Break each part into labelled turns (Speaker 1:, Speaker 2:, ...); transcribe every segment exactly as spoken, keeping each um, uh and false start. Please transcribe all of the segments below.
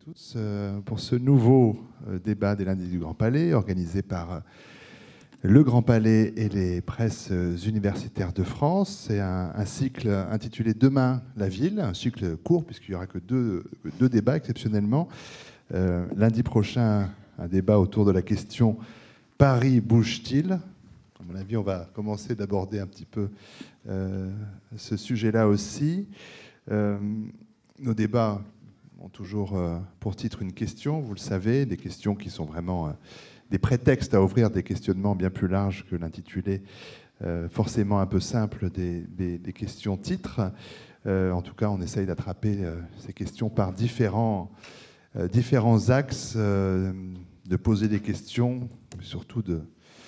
Speaker 1: tous euh, pour ce nouveau euh, débat des lundis du Grand Palais, organisé par euh, le Grand Palais et les presses universitaires de France. C'est un, un cycle intitulé Demain la ville, un cycle court puisqu'il n'y aura que deux, deux débats exceptionnellement. Euh, lundi prochain, un débat autour de la question « Paris bouge-t-il ?» À mon avis, on va commencer d'aborder un petit peu euh, ce sujet-là aussi. Euh, nos débats ont toujours euh, pour titre une question, vous le savez, des questions qui sont vraiment euh, des prétextes à ouvrir des questionnements bien plus larges que l'intitulé euh, forcément un peu simple des, des, des questions titres. Euh, en tout cas, on essaye d'attraper euh, ces questions par différents, euh, différents axes, euh, de poser des questions, surtout de,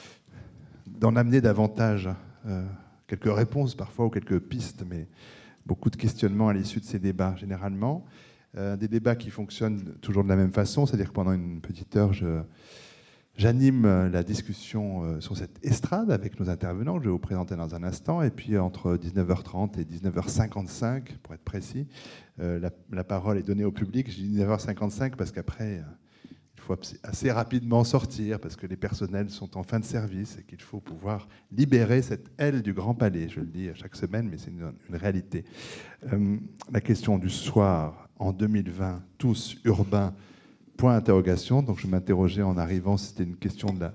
Speaker 1: d'en amener davantage, euh, quelques réponses parfois ou quelques pistes, mais beaucoup de questionnements à l'issue de ces débats généralement. Euh, des débats qui fonctionnent toujours de la même façon, c'est-à-dire que pendant une petite heure, je, j'anime la discussion euh, sur cette estrade avec nos intervenants, que je vais vous présenter dans un instant, et puis entre dix-neuf heures trente et dix-neuf heures cinquante-cinq, pour être précis, euh, la, la parole est donnée au public. Je dis dix-neuf heures cinquante-cinq parce qu'après, euh, il faut assez rapidement sortir, parce que les personnels sont en fin de service et qu'il faut pouvoir libérer cette aile du Grand Palais. Je le dis chaque semaine, mais c'est une, une réalité. Euh, la question du soir, en deux mille vingt, tous urbains, point d'interrogation. Donc je m'interrogeais en arrivant si c'était une question de, la,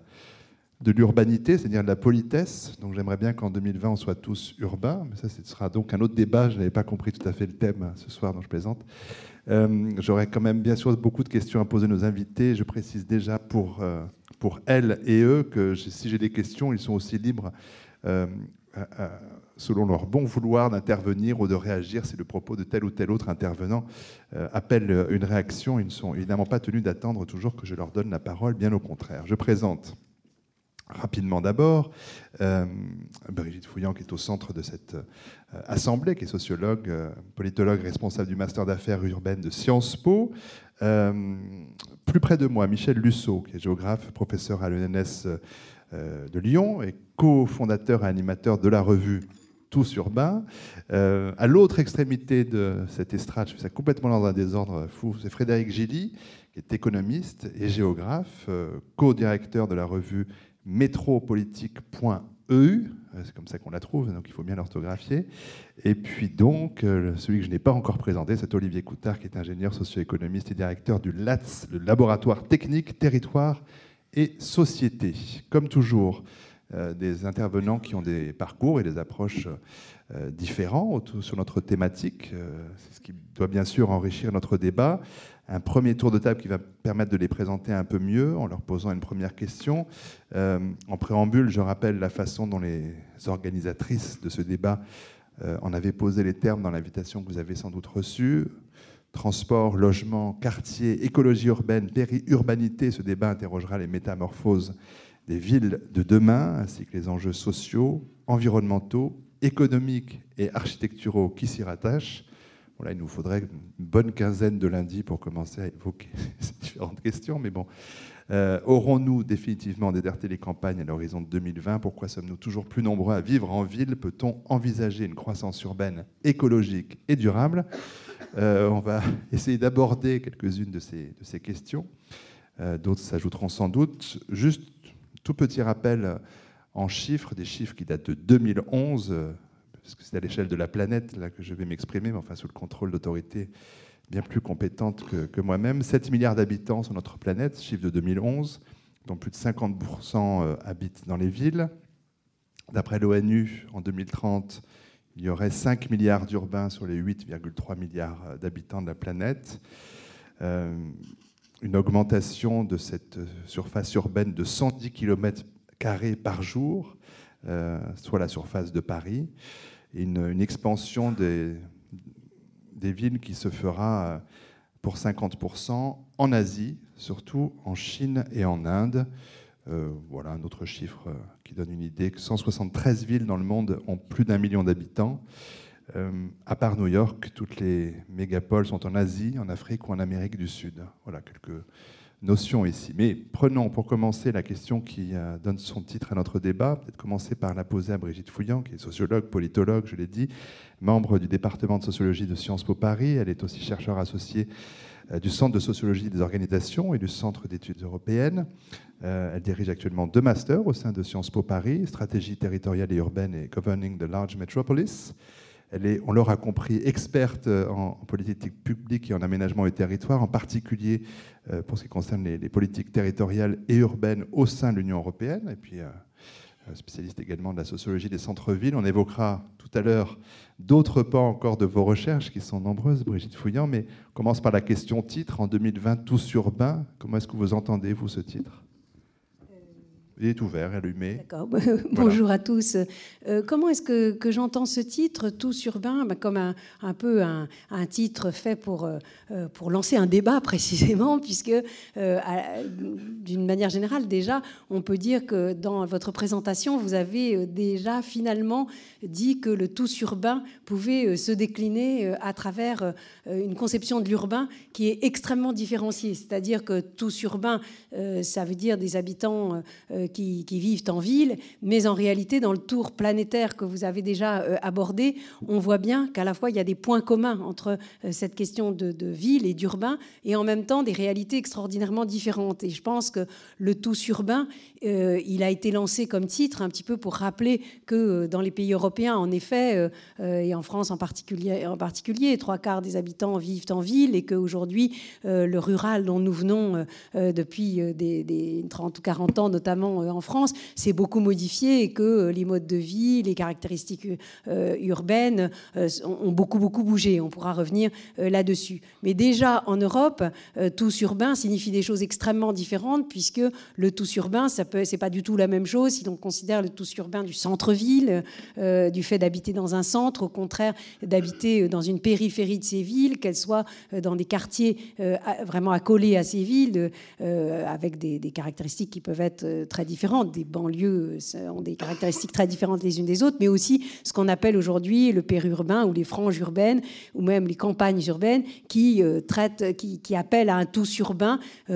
Speaker 1: de l'urbanité, c'est-à-dire de la politesse. Donc j'aimerais bien qu'en deux mille vingt, on soit tous urbains. Mais ça, ce sera donc un autre débat. Je n'avais pas compris tout à fait le thème ce soir, dont je plaisante. Euh, j'aurais quand même bien sûr beaucoup de questions à poser à nos invités. Je précise déjà pour, euh, pour elles et eux que si j'ai des questions, ils sont aussi libres euh, à, à, selon leur bon vouloir d'intervenir ou de réagir si le propos de tel ou tel autre intervenant euh, appelle une réaction. Ils ne sont évidemment pas tenus d'attendre toujours que je leur donne la parole, bien au contraire. Je présente rapidement d'abord euh, Brigitte Fouillant, qui est au centre de cette euh, assemblée, qui est sociologue, euh, politologue, responsable du master d'affaires urbaines de Sciences Po. Euh, plus près de moi, Michel Lusseau, qui est géographe, professeur à l'E N S euh, de Lyon et cofondateur et animateur de la revue Tous urbains. Euh, à l'autre extrémité de cette estrade, je fais ça complètement dans un désordre fou, c'est Frédéric Gilly, qui est économiste et géographe, euh, co-directeur de la revue métropolitique point E U, c'est comme ça qu'on la trouve, donc il faut bien l'orthographier. Et puis donc, euh, celui que je n'ai pas encore présenté, c'est Olivier Coutard, qui est ingénieur socio-économiste et directeur du L A T S, le laboratoire technique, territoire et société. Comme toujours, Euh, des intervenants qui ont des parcours et des approches euh, différents autour, sur notre thématique. Euh, c'est ce qui doit bien sûr enrichir notre débat. Un premier tour de table qui va permettre de les présenter un peu mieux en leur posant une première question. Euh, en préambule, je rappelle la façon dont les organisatrices de ce débat euh, en avaient posé les termes dans l'invitation que vous avez sans doute reçue. Transport, logement, quartier, écologie urbaine, périurbanité. Ce débat interrogera les métamorphoses des villes de demain, ainsi que les enjeux sociaux, environnementaux, économiques et architecturaux qui s'y rattachent. Bon, là, il nous faudrait une bonne quinzaine de lundis pour commencer à évoquer ces différentes questions, mais bon. Euh, aurons-nous définitivement déserté les campagnes à l'horizon de deux mille vingt? Pourquoi sommes-nous toujours plus nombreux à vivre en ville? Peut-on envisager une croissance urbaine écologique et durable? euh, On va essayer d'aborder quelques-unes de ces, de ces questions. Euh, d'autres s'ajouteront sans doute. Juste tout petit rappel en chiffres, des chiffres qui datent de deux mille onze, parce que c'est à l'échelle de la planète là que je vais m'exprimer, mais enfin sous le contrôle d'autorités bien plus compétentes que, que moi-même. sept milliards d'habitants sur notre planète, chiffre de deux mille onze, dont plus de cinquante pour cent habitent dans les villes. D'après l'ONU, en deux mille trente, il y aurait cinq milliards d'urbains sur les huit virgule trois milliards d'habitants de la planète. Euh, une augmentation de cette surface urbaine de cent dix kilomètres carrés par jour, euh, soit la surface de Paris, et une, une expansion des, des villes qui se fera pour cinquante pour cent en Asie, surtout en Chine et en Inde. Euh, voilà un autre chiffre qui donne une idée, que cent soixante-treize villes dans le monde ont plus d'un million d'habitants. Euh, à part New York, toutes les mégapoles sont en Asie, en Afrique ou en Amérique du Sud. Voilà quelques notions ici. Mais prenons pour commencer la question qui euh, donne son titre à notre débat. Peut-être commencer par la poser à Brigitte Fouillant, qui est sociologue, politologue, je l'ai dit, membre du département de sociologie de Sciences Po Paris. Elle est aussi chercheure associée euh, du Centre de sociologie des organisations et du Centre d'études européennes. Euh, elle dirige actuellement deux masters au sein de Sciences Po Paris, stratégie territoriale et urbaine et governing the large metropolis. Elle est, on l'aura compris, experte en, en politique publique et en aménagement du territoire, en particulier euh, pour ce qui concerne les, les politiques territoriales et urbaines au sein de l'Union européenne, et puis euh, spécialiste également de la sociologie des centres-villes. On évoquera tout à l'heure d'autres pans encore de vos recherches, qui sont nombreuses, Brigitte Fouillant, mais on commence par la question titre. En deux mille vingt, Tous urbains, comment est-ce que vous entendez, vous, ce titre ? Il est ouvert, allumé.
Speaker 2: D'accord. Bonjour voilà. à tous. Euh, comment est-ce que, que j'entends ce titre, Tous urbains, ben, comme un, un peu un, un titre fait pour, euh, pour lancer un débat précisément, puisque euh, d'une manière générale, déjà, on peut dire que dans votre présentation, vous avez déjà finalement dit que le Tous urbain pouvait se décliner à travers une conception de l'urbain qui est extrêmement différenciée. C'est-à-dire que Tous urbains, euh, ça veut dire des habitants euh, Qui, qui vivent en ville, mais en réalité, dans le tour planétaire que vous avez déjà euh, abordé, on voit bien qu'à la fois, il y a des points communs entre euh, cette question de, de ville et d'urbain, et en même temps, des réalités extraordinairement différentes. Et je pense que le Tous urbain, euh, il a été lancé comme titre, un petit peu pour rappeler que euh, dans les pays européens, en effet, euh, euh, et en France en particulier, en particulier, trois quarts des habitants vivent en ville, et qu'aujourd'hui, euh, le rural dont nous venons euh, depuis euh, des, des trente ou quarante ans, notamment en France, s'est beaucoup modifié et que les modes de vie, les caractéristiques euh, urbaines euh, ont beaucoup, beaucoup bougé. On pourra revenir euh, là-dessus. Mais déjà, en Europe, euh, Tous urbain signifie des choses extrêmement différentes, puisque le Tous urbain, ça peut, c'est pas du tout la même chose si on considère le Tous urbain du centre-ville, euh, du fait d'habiter dans un centre, au contraire d'habiter dans une périphérie de ces villes, qu'elles soient dans des quartiers euh, vraiment accolés à ces villes, euh, avec des, des caractéristiques qui peuvent être très différentes. Des banlieues ont des caractéristiques très différentes les unes des autres, mais aussi ce qu'on appelle aujourd'hui le périurbain ou les franges urbaines, ou même les campagnes urbaines qui euh, traitent, qui, qui appellent à un Tous urbain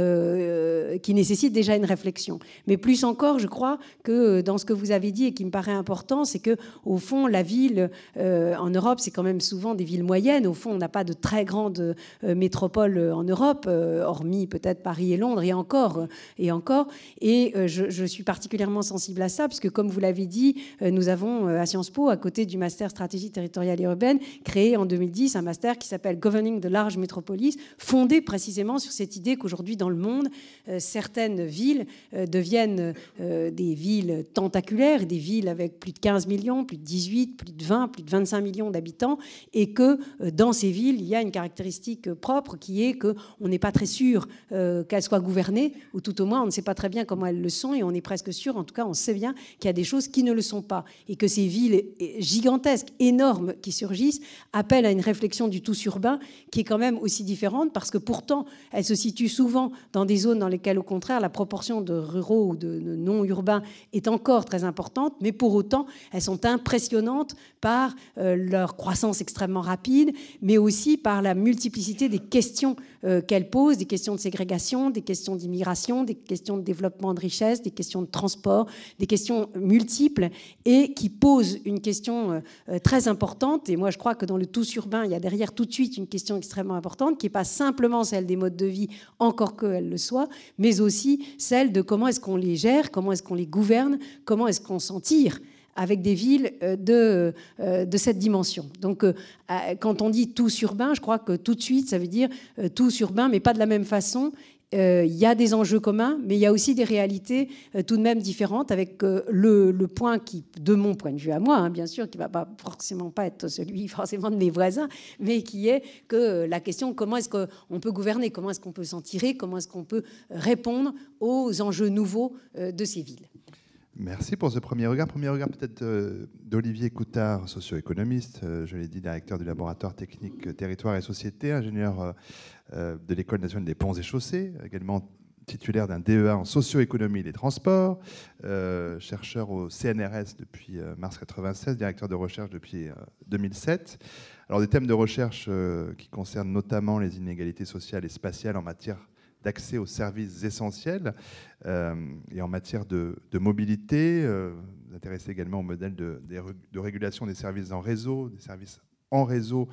Speaker 2: euh, qui nécessite déjà une réflexion. Mais plus encore, je crois que dans ce que vous avez dit et qui me paraît important, c'est que au fond, la ville euh, en Europe, c'est quand même souvent des villes moyennes. Au fond, on n'a pas de très grandes euh, métropoles en Europe, euh, hormis peut-être Paris et Londres, et encore, et encore. Et euh, je, je suis particulièrement sensible à ça, puisque comme vous l'avez dit, euh, nous avons euh, à Sciences Po, à côté du master stratégie territoriale et urbaine, créé en deux mille dix un master qui s'appelle Governing the Large Metropolis, fondé précisément sur cette idée qu'aujourd'hui dans le monde, euh, certaines villes euh, deviennent euh, des villes tentaculaires, des villes avec plus de quinze millions, plus de dix-huit, plus de vingt, plus de vingt-cinq millions d'habitants, et que euh, dans ces villes, il y a une caractéristique propre qui est qu'on n'est pas très sûr euh, qu'elles soient gouvernées, ou tout au moins on ne sait pas très bien comment elles le sont, et on est presque sûr, en tout cas on sait bien qu'il y a des choses qui ne le sont pas, et que ces villes gigantesques, énormes qui surgissent appellent à une réflexion du Tous urbain qui est quand même aussi différente, parce que pourtant elles se situent souvent dans des zones dans lesquelles au contraire la proportion de ruraux ou de, de non-urbains est encore très importante, mais pour autant elles sont impressionnantes par euh, leur croissance extrêmement rapide, mais aussi par la multiplicité des questions euh, qu'elles posent, des questions de ségrégation, des questions d'immigration, des questions de développement de richesse, des questions de transport, des questions multiples, et qui posent une question euh, très importante. Et moi, je crois que dans le Tous urbain, il y a derrière tout de suite une question extrêmement importante, qui n'est pas simplement celle des modes de vie, encore qu'elle le soit, mais aussi celle de comment est-ce qu'on les gère, comment est-ce qu'on les gouverne, comment est-ce qu'on s'en tire avec des villes de, de cette dimension. Donc, quand on dit Tous urbain, je crois que tout de suite, ça veut dire Tous urbain, mais pas de la même façon. Euh, il y a des enjeux communs, mais il y a aussi des réalités euh, tout de même différentes, avec euh, le, le point qui, de mon point de vue à moi, hein, bien sûr, qui ne va pas forcément pas être celui forcément de mes voisins, mais qui est que euh, la question comment est-ce qu'on peut gouverner, comment est-ce qu'on peut s'en tirer, comment est-ce qu'on peut répondre aux enjeux nouveaux euh, de ces villes.
Speaker 1: Merci pour ce premier regard. Premier regard peut-être euh, d'Olivier Coutard, socio-économiste, euh, je l'ai dit, directeur du laboratoire technique territoire et société, ingénieur euh, euh, de l'École nationale des ponts et chaussées, également titulaire d'un D E A en socio-économie des transports, euh, chercheur au C N R S depuis euh, mars quatre-vingt-seize, directeur de recherche depuis euh, deux mille sept. Alors des thèmes de recherche euh, qui concernent notamment les inégalités sociales et spatiales en matière d'accès aux services essentiels euh, et en matière de, de mobilité. Euh, vous intéressez également au modèle de, de, de régulation des services en réseau, des services en réseau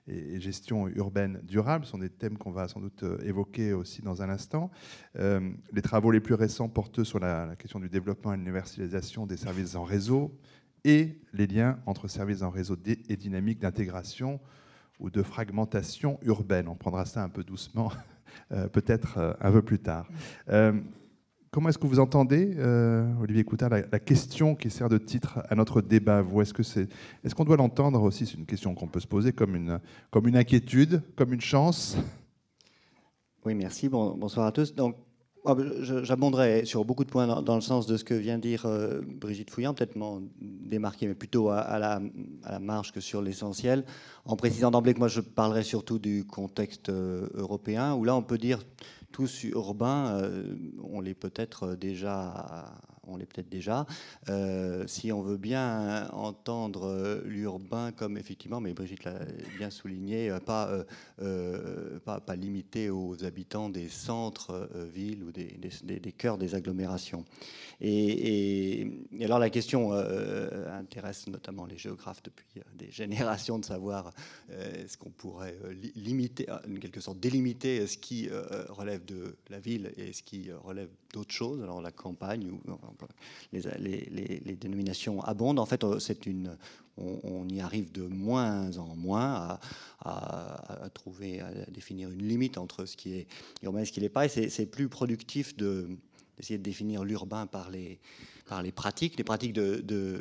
Speaker 1: et gestion urbaine durable. Ce sont des thèmes qu'on va sans doute évoquer aussi dans un instant. Euh, les travaux les plus récents portent sur la, la question du développement et de l'universalisation des services en réseau et les liens entre services en réseau et dynamiques d'intégration ou de fragmentation urbaine. On prendra ça un peu doucement, euh, peut-être euh, un peu plus tard. Euh, comment est-ce que vous entendez, euh, Olivier Coutard, la, la question qui sert de titre à notre débat, vous, est-ce que c'est, est-ce qu'on doit l'entendre aussi, c'est une question qu'on peut se poser, comme une, comme une inquiétude, comme une chance?
Speaker 3: Oui, merci. Bon, bonsoir à tous. Donc, j'abonderai sur beaucoup de points dans, dans le sens de ce que vient de dire euh, Brigitte Fouillant, peut-être m'en démarquer, mais plutôt à, à, la, à la marge que sur l'essentiel, en précisant d'emblée que moi je parlerai surtout du contexte euh, européen, où là on peut dire tous urbains, euh, on l'est peut-être déjà, on l'est peut-être déjà. Euh, si on veut bien entendre l'urbain comme effectivement, mais Brigitte l'a bien souligné, pas, euh, euh, pas, pas limité aux habitants des centres euh, villes ou des, des, des cœurs des agglomérations. Et, et, et alors la question euh, intéresse notamment les géographes depuis des générations de savoir euh, est-ce qu'on pourrait limiter, en quelque sorte délimiter ce qui euh, relève de la ville et ce qui relève d'autres choses, alors la campagne ou les, les, les, les dénominations abondent. En fait, c'est une, on, on y arrive de moins en moins à, à, à trouver, à définir une limite entre ce qui est urbain et ce qui n'est pas. Et c'est, c'est plus productif de, d'essayer de définir l'urbain par les, par les pratiques, les pratiques de, de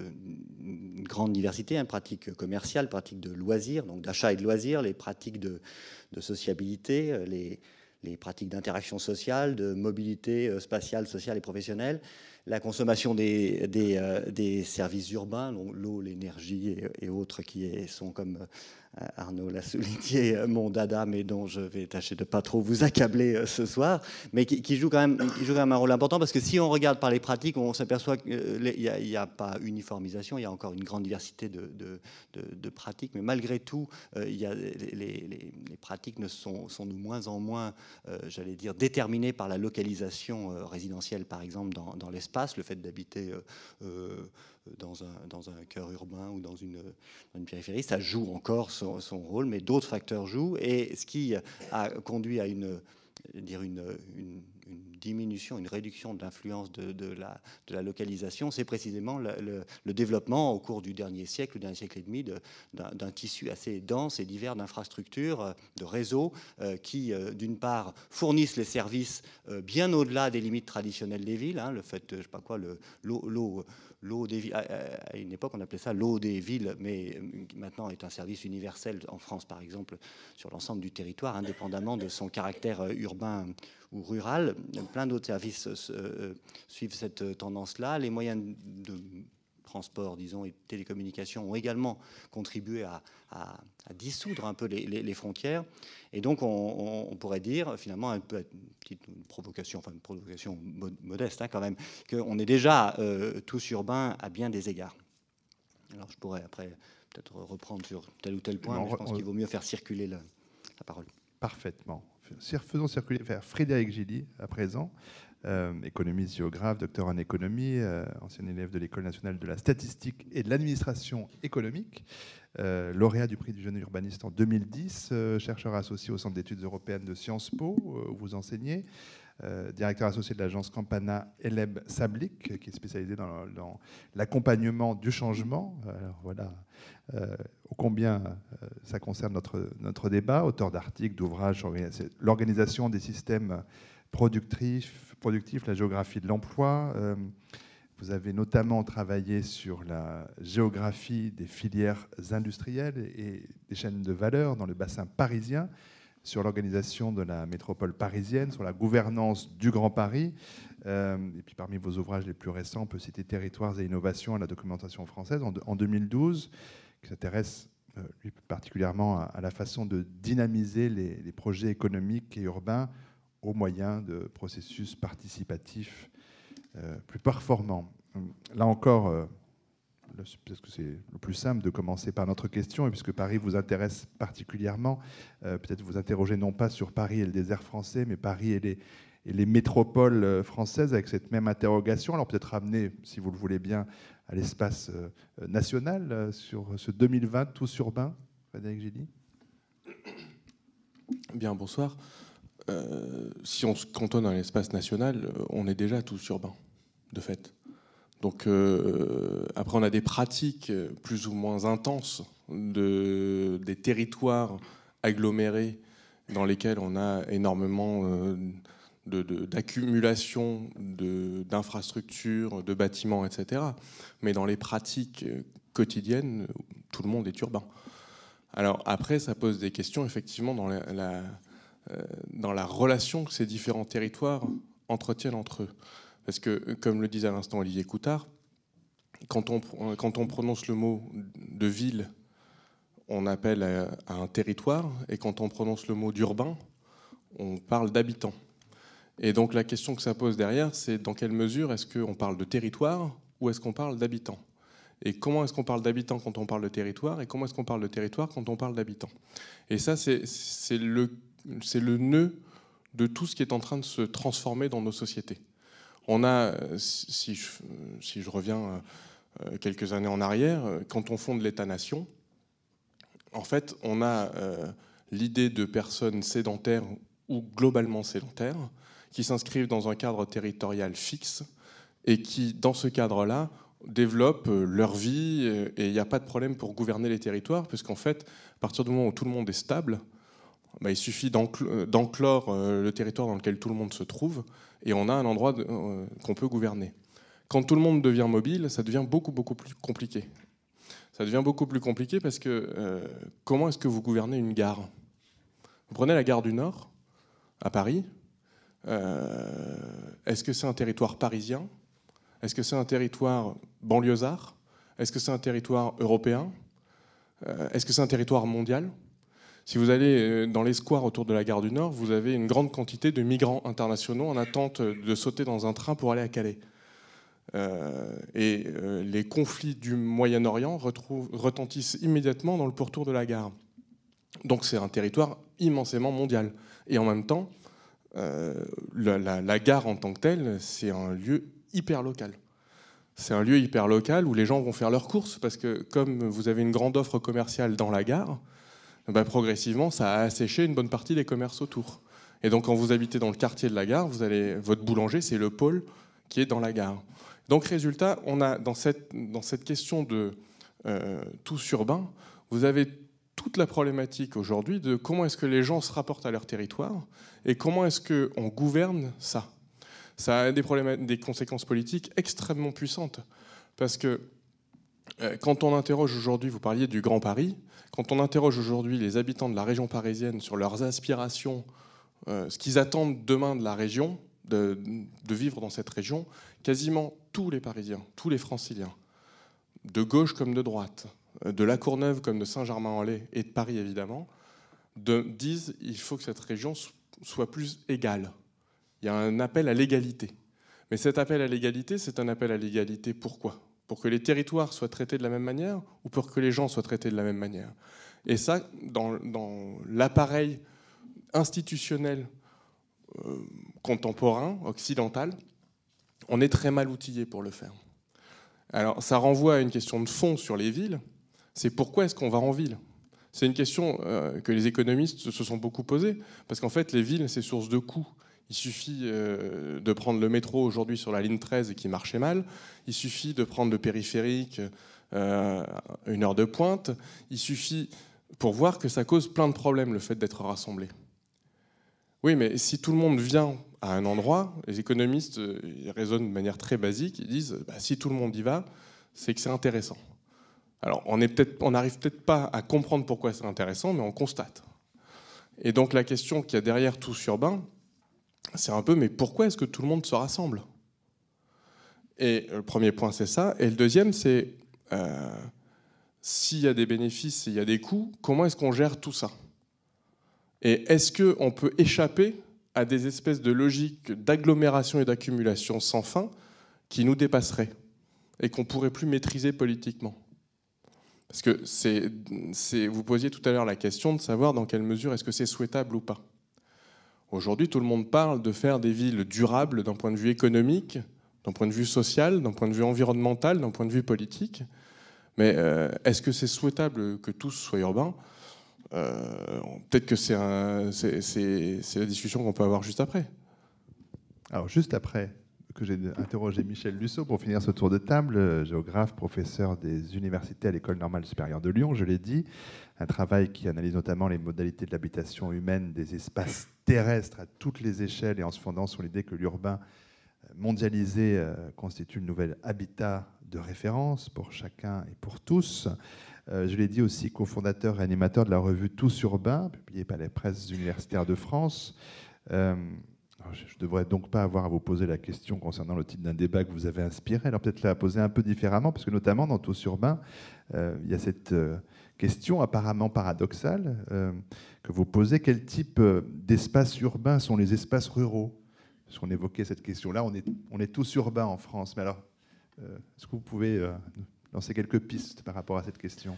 Speaker 3: grande diversité, hein, pratiques commerciales, pratiques de loisirs, donc d'achat et de loisirs, les pratiques de, de sociabilité, les les pratiques d'interaction sociale, de mobilité spatiale, sociale et professionnelle, la consommation des, des, euh, des services urbains, l'eau, l'énergie et, et autres qui est, sont, comme euh, Arnaud l'a souligné, mon dada, mais dont je vais tâcher de ne pas trop vous accabler euh, ce soir, mais qui, qui, joue quand même, qui joue quand même un rôle important, parce que si on regarde par les pratiques, on s'aperçoit qu'il n'y a, y a pas uniformisation, il y a encore une grande diversité de, de, de, de pratiques, mais malgré tout, euh, y a, les, les, les pratiques ne sont, sont de moins en moins, euh, j'allais dire, déterminées par la localisation euh, résidentielle, par exemple, dans, dans l'espace. Le fait d'habiter euh, euh, dans, un, dans un cœur urbain ou dans une, dans une périphérie, ça joue encore son, son rôle, mais d'autres facteurs jouent. Et ce qui a conduit à une, dire une, une, une diminution, une réduction de l'influence de, de, la, de la localisation, c'est précisément le, le, le développement au cours du dernier siècle, du dernier siècle et demi, de, d'un, d'un tissu assez dense et divers d'infrastructures, de réseaux euh, qui, euh, d'une part, fournissent les services euh, bien au-delà des limites traditionnelles des villes. Hein, le fait, je sais pas quoi, le, l'eau, l'eau, l'eau des villes, à une époque on appelait ça l'eau des villes, mais maintenant est un service universel en France, par exemple, sur l'ensemble du territoire, indépendamment de son caractère urbain ou rural. Plein d'autres services euh, suivent cette tendance-là. Les moyens de transport, disons, et de télécommunications ont également contribué à, à, à dissoudre un peu les, les, les frontières. Et donc, on, on, on pourrait dire, finalement, un peu une petite provocation, enfin une provocation modeste hein, quand même, qu'on est déjà euh, tous urbains à bien des égards. Alors, je pourrais après peut-être reprendre sur tel ou tel point, non, mais je pense on... qu'il vaut mieux faire circuler le, la parole.
Speaker 1: Parfaitement. Faisons circuler vers Frédéric Gilly, à présent, euh, économiste, géographe, docteur en économie, euh, ancien élève de l'École nationale de la statistique et de l'administration économique, euh, lauréat du prix du jeune urbaniste en deux mille dix, euh, chercheur associé au Centre d'études européennes de Sciences Po, euh, où vous enseignez, euh, directeur associé de l'agence Campana Eleb Sablik, qui est spécialisée dans, dans l'accompagnement du changement. Alors voilà, euh, ô combien euh, ça concerne notre, notre débat, auteur d'articles, d'ouvrages, l'organisation des systèmes productifs, productifs, la géographie de l'emploi. Euh, vous avez notamment travaillé sur la géographie des filières industrielles et des chaînes de valeur dans le bassin parisien, sur l'organisation de la métropole parisienne, sur la gouvernance du Grand Paris. Euh, et puis parmi vos ouvrages les plus récents, on peut citer Territoires et innovations à la documentation française en, en deux mille douze, qui s'intéresse euh, lui particulièrement à, à la façon de dynamiser les, les projets économiques et urbains au moyen de processus participatifs euh, plus performants. Là encore, euh, peut-être que c'est le plus simple de commencer par notre question, et puisque Paris vous intéresse particulièrement, euh, peut-être vous interroger non pas sur Paris et le désert français, mais Paris et les, et les métropoles françaises avec cette même interrogation. Alors peut-être ramener, si vous le voulez bien, à l'espace euh, national, euh, sur ce deux mille vingt, tous urbains, Frédéric Gilly.
Speaker 4: Bien, bonsoir. Euh, si on se cantonne à l'espace national, on est déjà tous urbains, de fait. Donc euh, après, on a des pratiques plus ou moins intenses de, des territoires agglomérés dans lesquels on a énormément euh, de, de, d'accumulation de, d'infrastructures, de bâtiments, et cetera. Mais dans les pratiques quotidiennes, tout le monde est urbain. Alors après, ça pose des questions effectivement dans la, la, euh, dans la relation que ces différents territoires entretiennent entre eux. Parce que, comme le disait à l'instant Olivier Coutard, quand on, quand on prononce le mot de ville, on appelle à, à un territoire, et quand on prononce le mot d'urbain, on parle d'habitants. Et donc la question que ça pose derrière, c'est dans quelle mesure est-ce qu'on parle de territoire ou est-ce qu'on parle d'habitants ? Et comment est-ce qu'on parle d'habitants quand on parle de territoire, et comment est-ce qu'on parle de territoire quand on parle d'habitants ? Et ça, c'est, c'est, le, c'est le nœud de tout ce qui est en train de se transformer dans nos sociétés. On a, si je, si je reviens quelques années en arrière, quand on fonde l'État-nation, en fait, on a euh, l'idée de personnes sédentaires ou globalement sédentaires qui s'inscrivent dans un cadre territorial fixe et qui, dans ce cadre-là, développent leur vie et il n'y a pas de problème pour gouverner les territoires, puisqu'en fait, à partir du moment où tout le monde est stable, bah, il suffit d'enclore le territoire dans lequel tout le monde se trouve et on a un endroit de, euh, qu'on peut gouverner. Quand tout le monde devient mobile, ça devient beaucoup, beaucoup plus compliqué. Ça devient beaucoup plus compliqué parce que euh, comment est-ce que vous gouvernez une gare ? Vous prenez la gare du Nord, à Paris. Euh, est-ce que c'est un territoire parisien ? Est-ce que c'est un territoire banlieusard ? Est-ce que c'est un territoire européen ? euh, Est-ce que c'est un territoire mondial ? Si vous allez dans les squares autour de la gare du Nord, vous avez une grande quantité de migrants internationaux en attente de sauter dans un train pour aller à Calais. Euh, et euh, les conflits du Moyen-Orient retrouvent, retentissent immédiatement dans le pourtour de la gare. Donc c'est un territoire immensément mondial. Et en même temps, euh, la, la, la gare en tant que telle, c'est un lieu hyper local. C'est un lieu hyper local où les gens vont faire leurs courses, parce que comme vous avez une grande offre commerciale dans la gare, ben progressivement, ça a asséché une bonne partie des commerces autour. Et donc, quand vous habitez dans le quartier de la gare, vous allez, votre boulanger, c'est le pôle qui est dans la gare. Donc, résultat, on a dans cette, dans cette question de euh, tous urbains, vous avez toute la problématique aujourd'hui de comment est-ce que les gens se rapportent à leur territoire et comment est-ce qu'on gouverne ça. Ça a des, problèmes, des conséquences politiques extrêmement puissantes. Parce que euh, quand on interroge aujourd'hui, vous parliez du Grand Paris, quand on interroge aujourd'hui les habitants de la région parisienne sur leurs aspirations, euh, ce qu'ils attendent demain de la région, de, de vivre dans cette région, quasiment tous les Parisiens, tous les Franciliens, de gauche comme de droite, de La Courneuve comme de Saint-Germain-en-Laye et de Paris évidemment, de, disent qu'il faut que cette région soit plus égale. Il y a un appel à l'égalité. Mais cet appel à l'égalité, c'est un appel à l'égalité pourquoi ? Pour que les territoires soient traités de la même manière ou pour que les gens soient traités de la même manière ? Et ça, dans, dans l'appareil institutionnel euh, contemporain, occidental, on est très mal outillé pour le faire. Alors, ça renvoie à une question de fond sur les villes. C'est pourquoi est-ce qu'on va en ville ? C'est une question euh, que les économistes se sont beaucoup posées, parce qu'en fait, les villes, c'est source de coûts. Il suffit euh, de prendre le métro aujourd'hui sur la ligne treize et qui marchait mal. Il suffit de prendre le périphérique euh, une heure de pointe. Il suffit pour voir que ça cause plein de problèmes, le fait d'être rassemblé. Oui, mais si tout le monde vient à un endroit, les économistes ils raisonnent de manière très basique. Ils disent bah, si tout le monde y va, c'est que c'est intéressant. Alors, on est peut-être, on n'arrive peut-être pas à comprendre pourquoi c'est intéressant, mais on constate. Et donc, la question qu'il y a derrière tous urbains, c'est un peu, mais pourquoi est-ce que tout le monde se rassemble ? Et le premier point, c'est ça. Et le deuxième, c'est euh, s'il y a des bénéfices, s'il y a des coûts, comment est-ce qu'on gère tout ça ? Et est-ce qu'on peut échapper à des espèces de logiques d'agglomération et d'accumulation sans fin qui nous dépasseraient et qu'on ne pourrait plus maîtriser politiquement ? Parce que c'est, c'est, vous posiez tout à l'heure la question de savoir dans quelle mesure est-ce que c'est souhaitable ou pas. Aujourd'hui, tout le monde parle de faire des villes durables d'un point de vue économique, d'un point de vue social, d'un point de vue environnemental, d'un point de vue politique. Mais euh, est-ce que c'est souhaitable que tous soient urbains ? euh, peut-être que c'est un, c'est, c'est, c'est la discussion qu'on peut avoir juste après.
Speaker 1: Alors, juste après que j'ai interrogé Michel Lusseau pour finir ce tour de table, géographe, professeur des universités à l'École normale supérieure de Lyon, je l'ai dit, un travail qui analyse notamment les modalités de l'habitation humaine des espaces terrestres à toutes les échelles et en se fondant sur l'idée que l'urbain mondialisé constitue le nouvel habitat de référence pour chacun et pour tous. Je l'ai dit aussi, cofondateur et animateur de la revue Tous Urbains, publiée par les presses universitaires de France. Je ne devrais donc pas avoir à vous poser la question concernant le titre d'un débat que vous avez inspiré. Alors peut-être la poser un peu différemment, parce que notamment dans Tous Urbains, euh, il y a cette euh, question apparemment paradoxale euh, que vous posez. Quel type euh, d'espaces urbains sont les espaces ruraux? Parce qu'on évoquait cette question-là, on est, on est tous urbains en France. Mais alors, euh, est-ce que vous pouvez euh, lancer quelques pistes par rapport à cette question?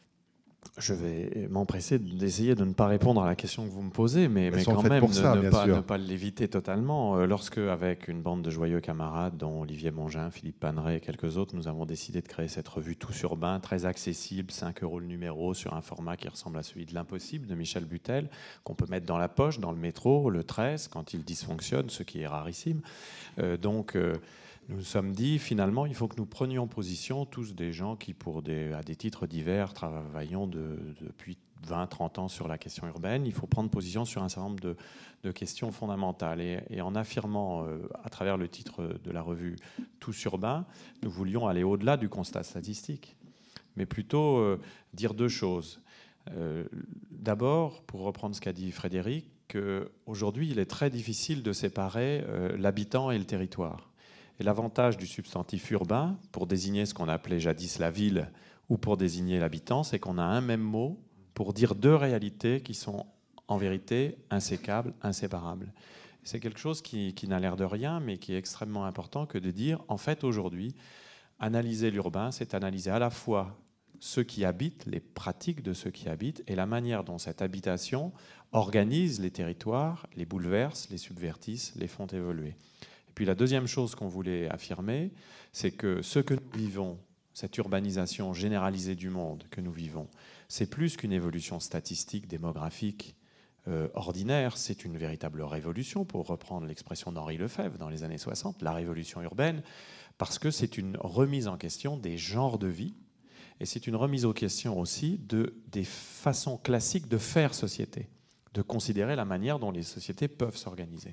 Speaker 5: Je vais m'empresser d'essayer de ne pas répondre à la question que vous me posez, mais, mais quand même
Speaker 1: pour ça,
Speaker 5: ne, ne,
Speaker 1: bien
Speaker 5: pas,
Speaker 1: sûr.
Speaker 5: ne pas l'éviter totalement. Lorsque, avec une bande de joyeux camarades, dont Olivier Mongin, Philippe Paneret et quelques autres, nous avons décidé de créer cette revue Tous Urbains, très accessible, cinq euros le numéro, sur un format qui ressemble à celui de l'Impossible de Michel Butel, qu'on peut mettre dans la poche, dans le métro, le treize, quand il dysfonctionne, ce qui est rarissime. Euh, donc... Euh, Nous nous sommes dit, finalement, il faut que nous prenions position, tous des gens qui, pour des, à des titres divers, travaillons de, depuis vingt trente ans sur la question urbaine. Il faut prendre position sur un certain nombre de, de questions fondamentales. Et, et en affirmant, euh, à travers le titre de la revue Tous Urbains, nous voulions aller au-delà du constat statistique, mais plutôt euh, dire deux choses. Euh, D'abord, pour reprendre ce qu'a dit Frédéric, qu'aujourd'hui, il est très difficile de séparer euh, l'habitant et le territoire. Et l'avantage du substantif urbain, pour désigner ce qu'on appelait jadis la ville ou pour désigner l'habitant, c'est qu'on a un même mot pour dire deux réalités qui sont en vérité insécables, inséparables. C'est quelque chose qui, qui n'a l'air de rien, mais qui est extrêmement important que de dire, en fait, aujourd'hui, analyser l'urbain, c'est analyser à la fois ceux qui habitent, les pratiques de ceux qui habitent, et la manière dont cette habitation organise les territoires, les bouleverse, les subvertisse, les font évoluer. Puis la deuxième chose qu'on voulait affirmer, c'est que ce que nous vivons, cette urbanisation généralisée du monde que nous vivons, c'est plus qu'une évolution statistique, démographique euh, ordinaire, c'est une véritable révolution, pour reprendre l'expression d'Henri Lefebvre dans les années soixante, la révolution urbaine, parce que c'est une remise en question des genres de vie, et c'est une remise en question aussi de, des façons classiques de faire société, de considérer la manière dont les sociétés peuvent s'organiser.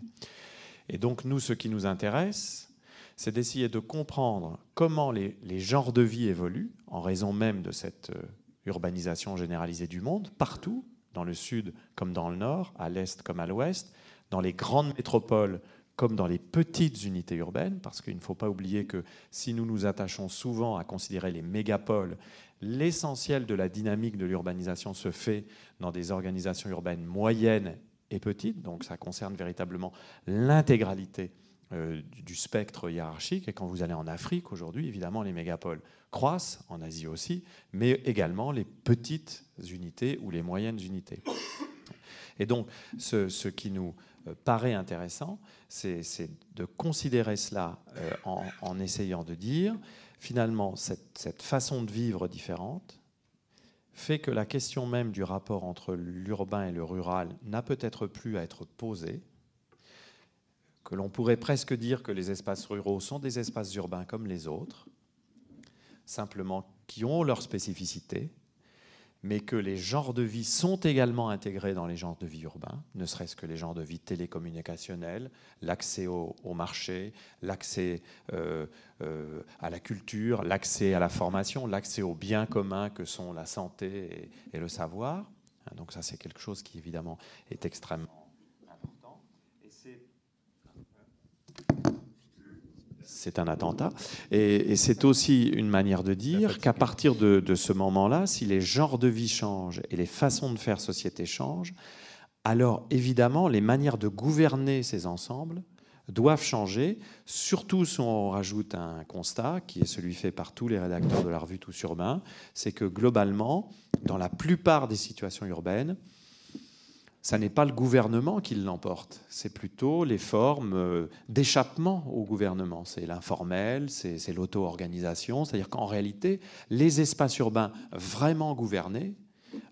Speaker 5: Et donc, nous, ce qui nous intéresse, c'est d'essayer de comprendre comment les, les genres de vie évoluent, en raison même de cette urbanisation généralisée du monde, partout, dans le sud comme dans le nord, à l'est comme à l'ouest, dans les grandes métropoles comme dans les petites unités urbaines, parce qu'il ne faut pas oublier que si nous nous attachons souvent à considérer les mégapoles, l'essentiel de la dynamique de l'urbanisation se fait dans des organisations urbaines moyennes et petite, donc ça concerne véritablement l'intégralité euh, du spectre hiérarchique. Et quand vous allez en Afrique aujourd'hui, évidemment, les mégapoles croissent, en Asie aussi, mais également les petites unités ou les moyennes unités. Et donc, ce, ce qui nous paraît intéressant, c'est, c'est de considérer cela euh, en, en essayant de dire, finalement, cette, cette façon de vivre différente fait que la question même du rapport entre l'urbain et le rural n'a peut-être plus à être posée, que l'on pourrait presque dire que les espaces ruraux sont des espaces urbains comme les autres, simplement qui ont leur spécificité, mais que les genres de vie sont également intégrés dans les genres de vie urbains, ne serait-ce que les genres de vie télécommunicationnels, l'accès au, au marché, l'accès euh, euh, à la culture, l'accès à la formation, l'accès aux biens communs que sont la santé et, et le savoir. Donc ça, c'est quelque chose qui, évidemment, est extrêmement important. Et c'est... C'est un attentat. Et, et c'est aussi une manière de dire qu'à partir de, de ce moment-là, si les genres de vie changent et les façons de faire société changent, alors évidemment, les manières de gouverner ces ensembles doivent changer, surtout si on rajoute un constat, qui est celui fait par tous les rédacteurs de la revue Tous Urbains, c'est que globalement, dans la plupart des situations urbaines, ça n'est pas le gouvernement qui l'emporte, c'est plutôt les formes d'échappement au gouvernement. C'est l'informel, c'est, c'est l'auto-organisation, c'est-à-dire qu'en réalité, les espaces urbains vraiment gouvernés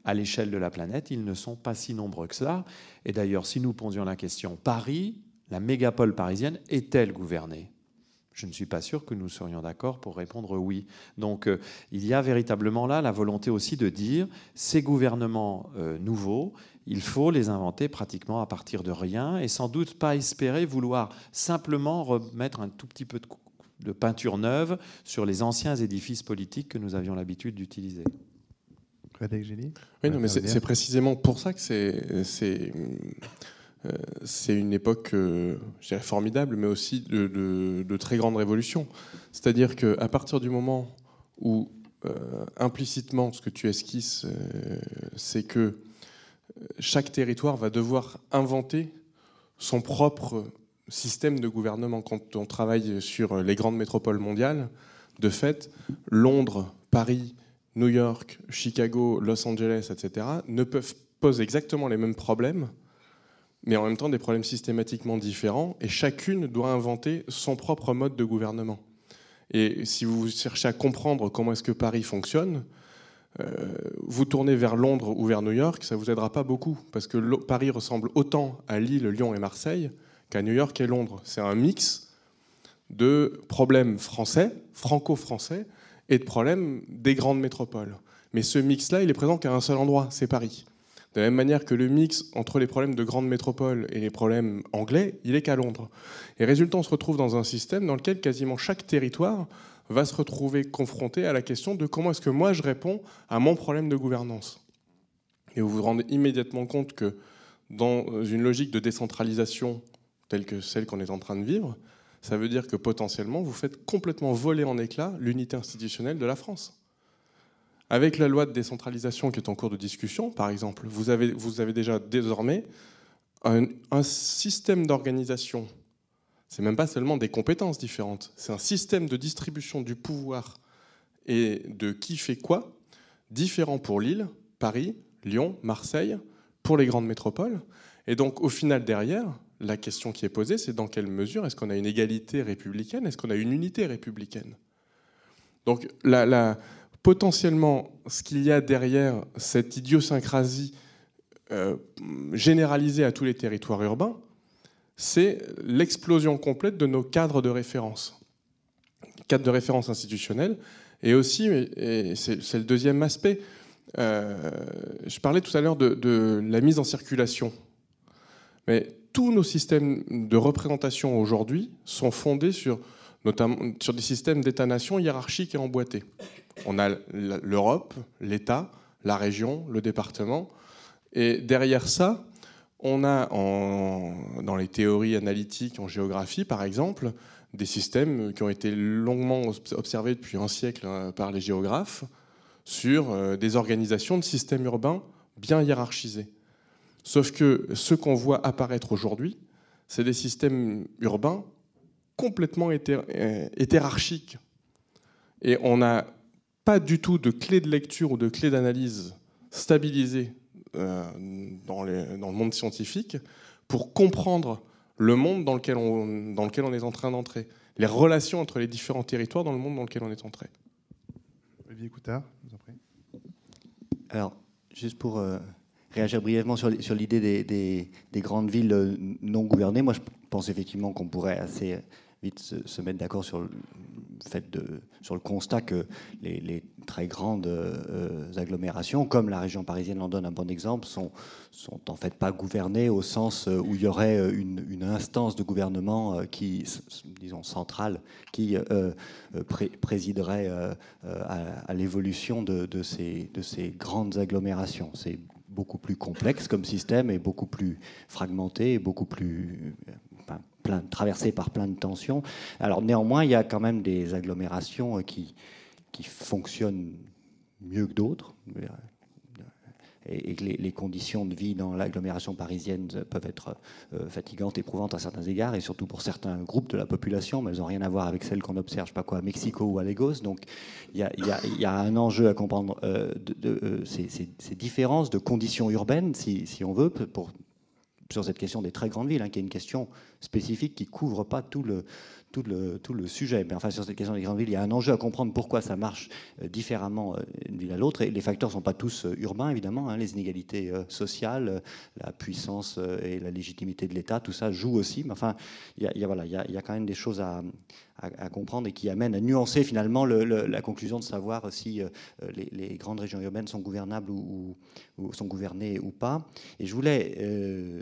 Speaker 5: à l'échelle de la planète, ils ne sont pas si nombreux que cela. Et d'ailleurs, si nous posions la question, Paris, la mégapole parisienne, est-elle gouvernée ? Je ne suis pas sûr que nous serions d'accord pour répondre oui. Donc euh, il y a véritablement là la volonté aussi de dire ces gouvernements euh, nouveaux, il faut les inventer pratiquement à partir de rien et sans doute pas espérer vouloir simplement remettre un tout petit peu de, de peinture neuve sur les anciens édifices politiques que nous avions l'habitude d'utiliser.
Speaker 1: Frédéric Gély ?
Speaker 4: Oui, non, mais c'est, c'est précisément pour ça que c'est... c'est... Euh, c'est une époque, euh, je dirais, formidable, mais aussi de, de, de très grande révolution. C'est-à-dire qu'à partir du moment où, euh, implicitement, ce que tu esquisses, euh, c'est que chaque territoire va devoir inventer son propre système de gouvernement. Quand on travaille sur les grandes métropoles mondiales, de fait, Londres, Paris, New York, Chicago, Los Angeles, et cetera, ne peuvent poser exactement les mêmes problèmes, mais en même temps des problèmes systématiquement différents, et chacune doit inventer son propre mode de gouvernement. Et si vous cherchez à comprendre comment est-ce que Paris fonctionne, euh, vous tournez vers Londres ou vers New York, ça ne vous aidera pas beaucoup, parce que Paris ressemble autant à Lille, Lyon et Marseille qu'à New York et Londres. C'est un mix de problèmes français, franco-français, et de problèmes des grandes métropoles. Mais ce mix-là, il est présent qu'à un seul endroit, c'est Paris. De la même manière que le mix entre les problèmes de grandes métropoles et les problèmes anglais, il est qu'à Londres. Et résultat, on se retrouve dans un système dans lequel quasiment chaque territoire va se retrouver confronté à la question de comment est-ce que moi je réponds à mon problème de gouvernance. Et vous vous rendez immédiatement compte que dans une logique de décentralisation telle que celle qu'on est en train de vivre, ça veut dire que potentiellement vous faites complètement voler en éclats l'unité institutionnelle de la France. Avec la loi de décentralisation qui est en cours de discussion, par exemple, vous avez, vous avez déjà désormais un, un système d'organisation. C'est même pas seulement des compétences différentes, c'est un système de distribution du pouvoir et de qui fait quoi, différent pour Lille, Paris, Lyon, Marseille, pour les grandes métropoles. Et donc, au final, derrière, la question qui est posée, c'est dans quelle mesure est-ce qu'on a une égalité républicaine, est-ce qu'on a une unité républicaine ? Donc, la... la potentiellement, ce qu'il y a derrière cette idiosyncrasie euh, généralisée à tous les territoires urbains, c'est l'explosion complète de nos cadres de référence. Cadres de référence institutionnels, et aussi, et c'est, c'est le deuxième aspect, euh, je parlais tout à l'heure de, de la mise en circulation. Mais tous nos systèmes de représentation aujourd'hui sont fondés sur, notamment, sur des systèmes d'État-nation hiérarchiques et emboîtés. On a l'Europe, l'État, la région, le département. Et derrière ça, on a en, dans les théories analytiques en géographie, par exemple, des systèmes qui ont été longuement observés depuis un siècle par les géographes sur des organisations de systèmes urbains bien hiérarchisés. Sauf que ce qu'on voit apparaître aujourd'hui, c'est des systèmes urbains complètement hétérarchiques. Et on n'a pas du tout de clé de lecture ou de clé d'analyse stabilisée euh, dans, les, dans le monde scientifique pour comprendre le monde dans lequel, on, dans lequel on est en train d'entrer, les relations entre les différents territoires dans le monde dans lequel on est entré.
Speaker 1: Olivier Coutard, je vous en prie.
Speaker 3: Alors, juste pour euh, réagir brièvement sur, sur l'idée des, des, des grandes villes non gouvernées, moi je pense effectivement qu'on pourrait assez vite se, se mettre d'accord sur le fait de, sur le constat que les, les très grandes euh, agglomérations, comme la région parisienne en donne un bon exemple, sont, sont en fait pas gouvernées au sens où il y aurait une, une instance de gouvernement qui, disons, centrale, qui euh, pré présiderait euh, à, à l'évolution de, de, ces, de ces grandes agglomérations. C'est beaucoup plus complexe comme système et beaucoup plus fragmenté et beaucoup plus... Enfin, plein, traversé par plein de tensions. Alors néanmoins, il y a quand même des agglomérations qui, qui fonctionnent mieux que d'autres. Et, et que les, les conditions de vie dans l'agglomération parisienne peuvent être euh, fatigantes, éprouvantes à certains égards, et surtout pour certains groupes de la population, mais elles n'ont rien à voir avec celles qu'on observe, je sais pas quoi, à Mexico ou à Lagos. Donc il y a, y a, y a un enjeu à comprendre euh, de, de euh, ces, ces, ces différences de conditions urbaines, si, si on veut, pour sur cette question des très grandes villes, hein, qui est une question spécifique qui ne couvre pas tout le, tout le, tout le sujet. Mais enfin, sur cette question des grandes villes, il y a un enjeu à comprendre pourquoi ça marche différemment d'une ville à l'autre. Et les facteurs ne sont pas tous urbains, évidemment. Hein, les inégalités sociales, la puissance et la légitimité de l'État, tout ça joue aussi. Mais enfin, il y a, il y a, voilà, il y a, il y a quand même des choses à, à, à comprendre et qui amènent à nuancer finalement le, le, la conclusion de savoir si euh, les, les grandes régions urbaines sont gouvernables ou, ou, ou sont gouvernées ou pas. Et je voulais... Euh,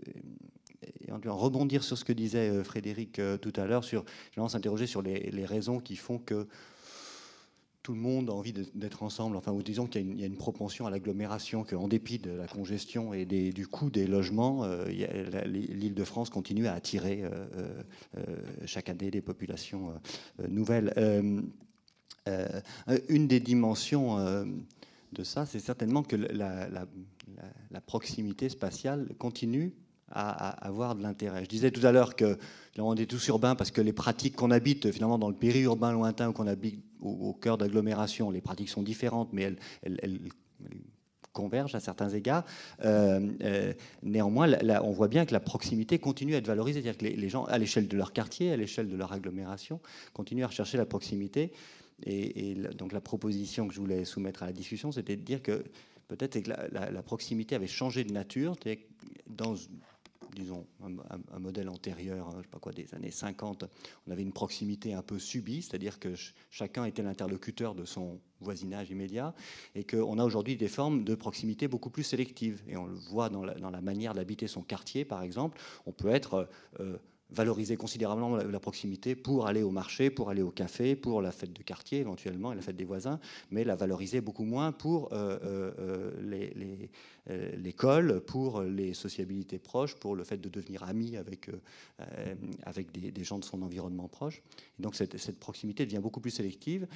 Speaker 3: Et en rebondir sur ce que disait Frédéric tout à l'heure, sur s'interroger sur les, les raisons qui font que tout le monde a envie d'être ensemble, enfin, ou disons qu'il y, y a une propension à l'agglomération, qu'en dépit de la congestion et des, du coût des logements, euh, l'Île-de-France continue à attirer euh, euh, chaque année des populations euh, nouvelles. Euh, euh, une des dimensions euh, de ça, c'est certainement que la, la, la, la proximité spatiale continue à avoir de l'intérêt. Je disais tout à l'heure que on est tous urbains parce que les pratiques qu'on habite finalement dans le périurbain lointain ou qu'on habite au, au cœur d'agglomération, les pratiques sont différentes, mais elles, elles, elles, elles convergent à certains égards. Euh, euh, néanmoins, la, la, on voit bien que la proximité continue à être valorisée, c'est-à-dire que les, les gens, à l'échelle de leur quartier, à l'échelle de leur agglomération, continuent à rechercher la proximité. Et, et donc la proposition que je voulais soumettre à la discussion, c'était de dire que peut-être que la, la, la proximité avait changé de nature, dans disons, un, un modèle antérieur, je sais pas quoi, des années cinquante, on avait une proximité un peu subie, c'est-à-dire que ch chacun était l'interlocuteur de son voisinage immédiat, et qu'on a aujourd'hui des formes de proximité beaucoup plus sélectives. Et on le voit dans la, dans la manière d'habiter son quartier, par exemple. On peut être... Euh, valoriser considérablement la proximité pour aller au marché, pour aller au café, pour la fête de quartier éventuellement et la fête des voisins, mais la valoriser beaucoup moins pour euh, euh, les, les, euh, l'école, pour les sociabilités proches, pour le fait de devenir ami avec, euh, avec des, des gens de son environnement proche. Et donc cette, cette proximité devient beaucoup plus sélective.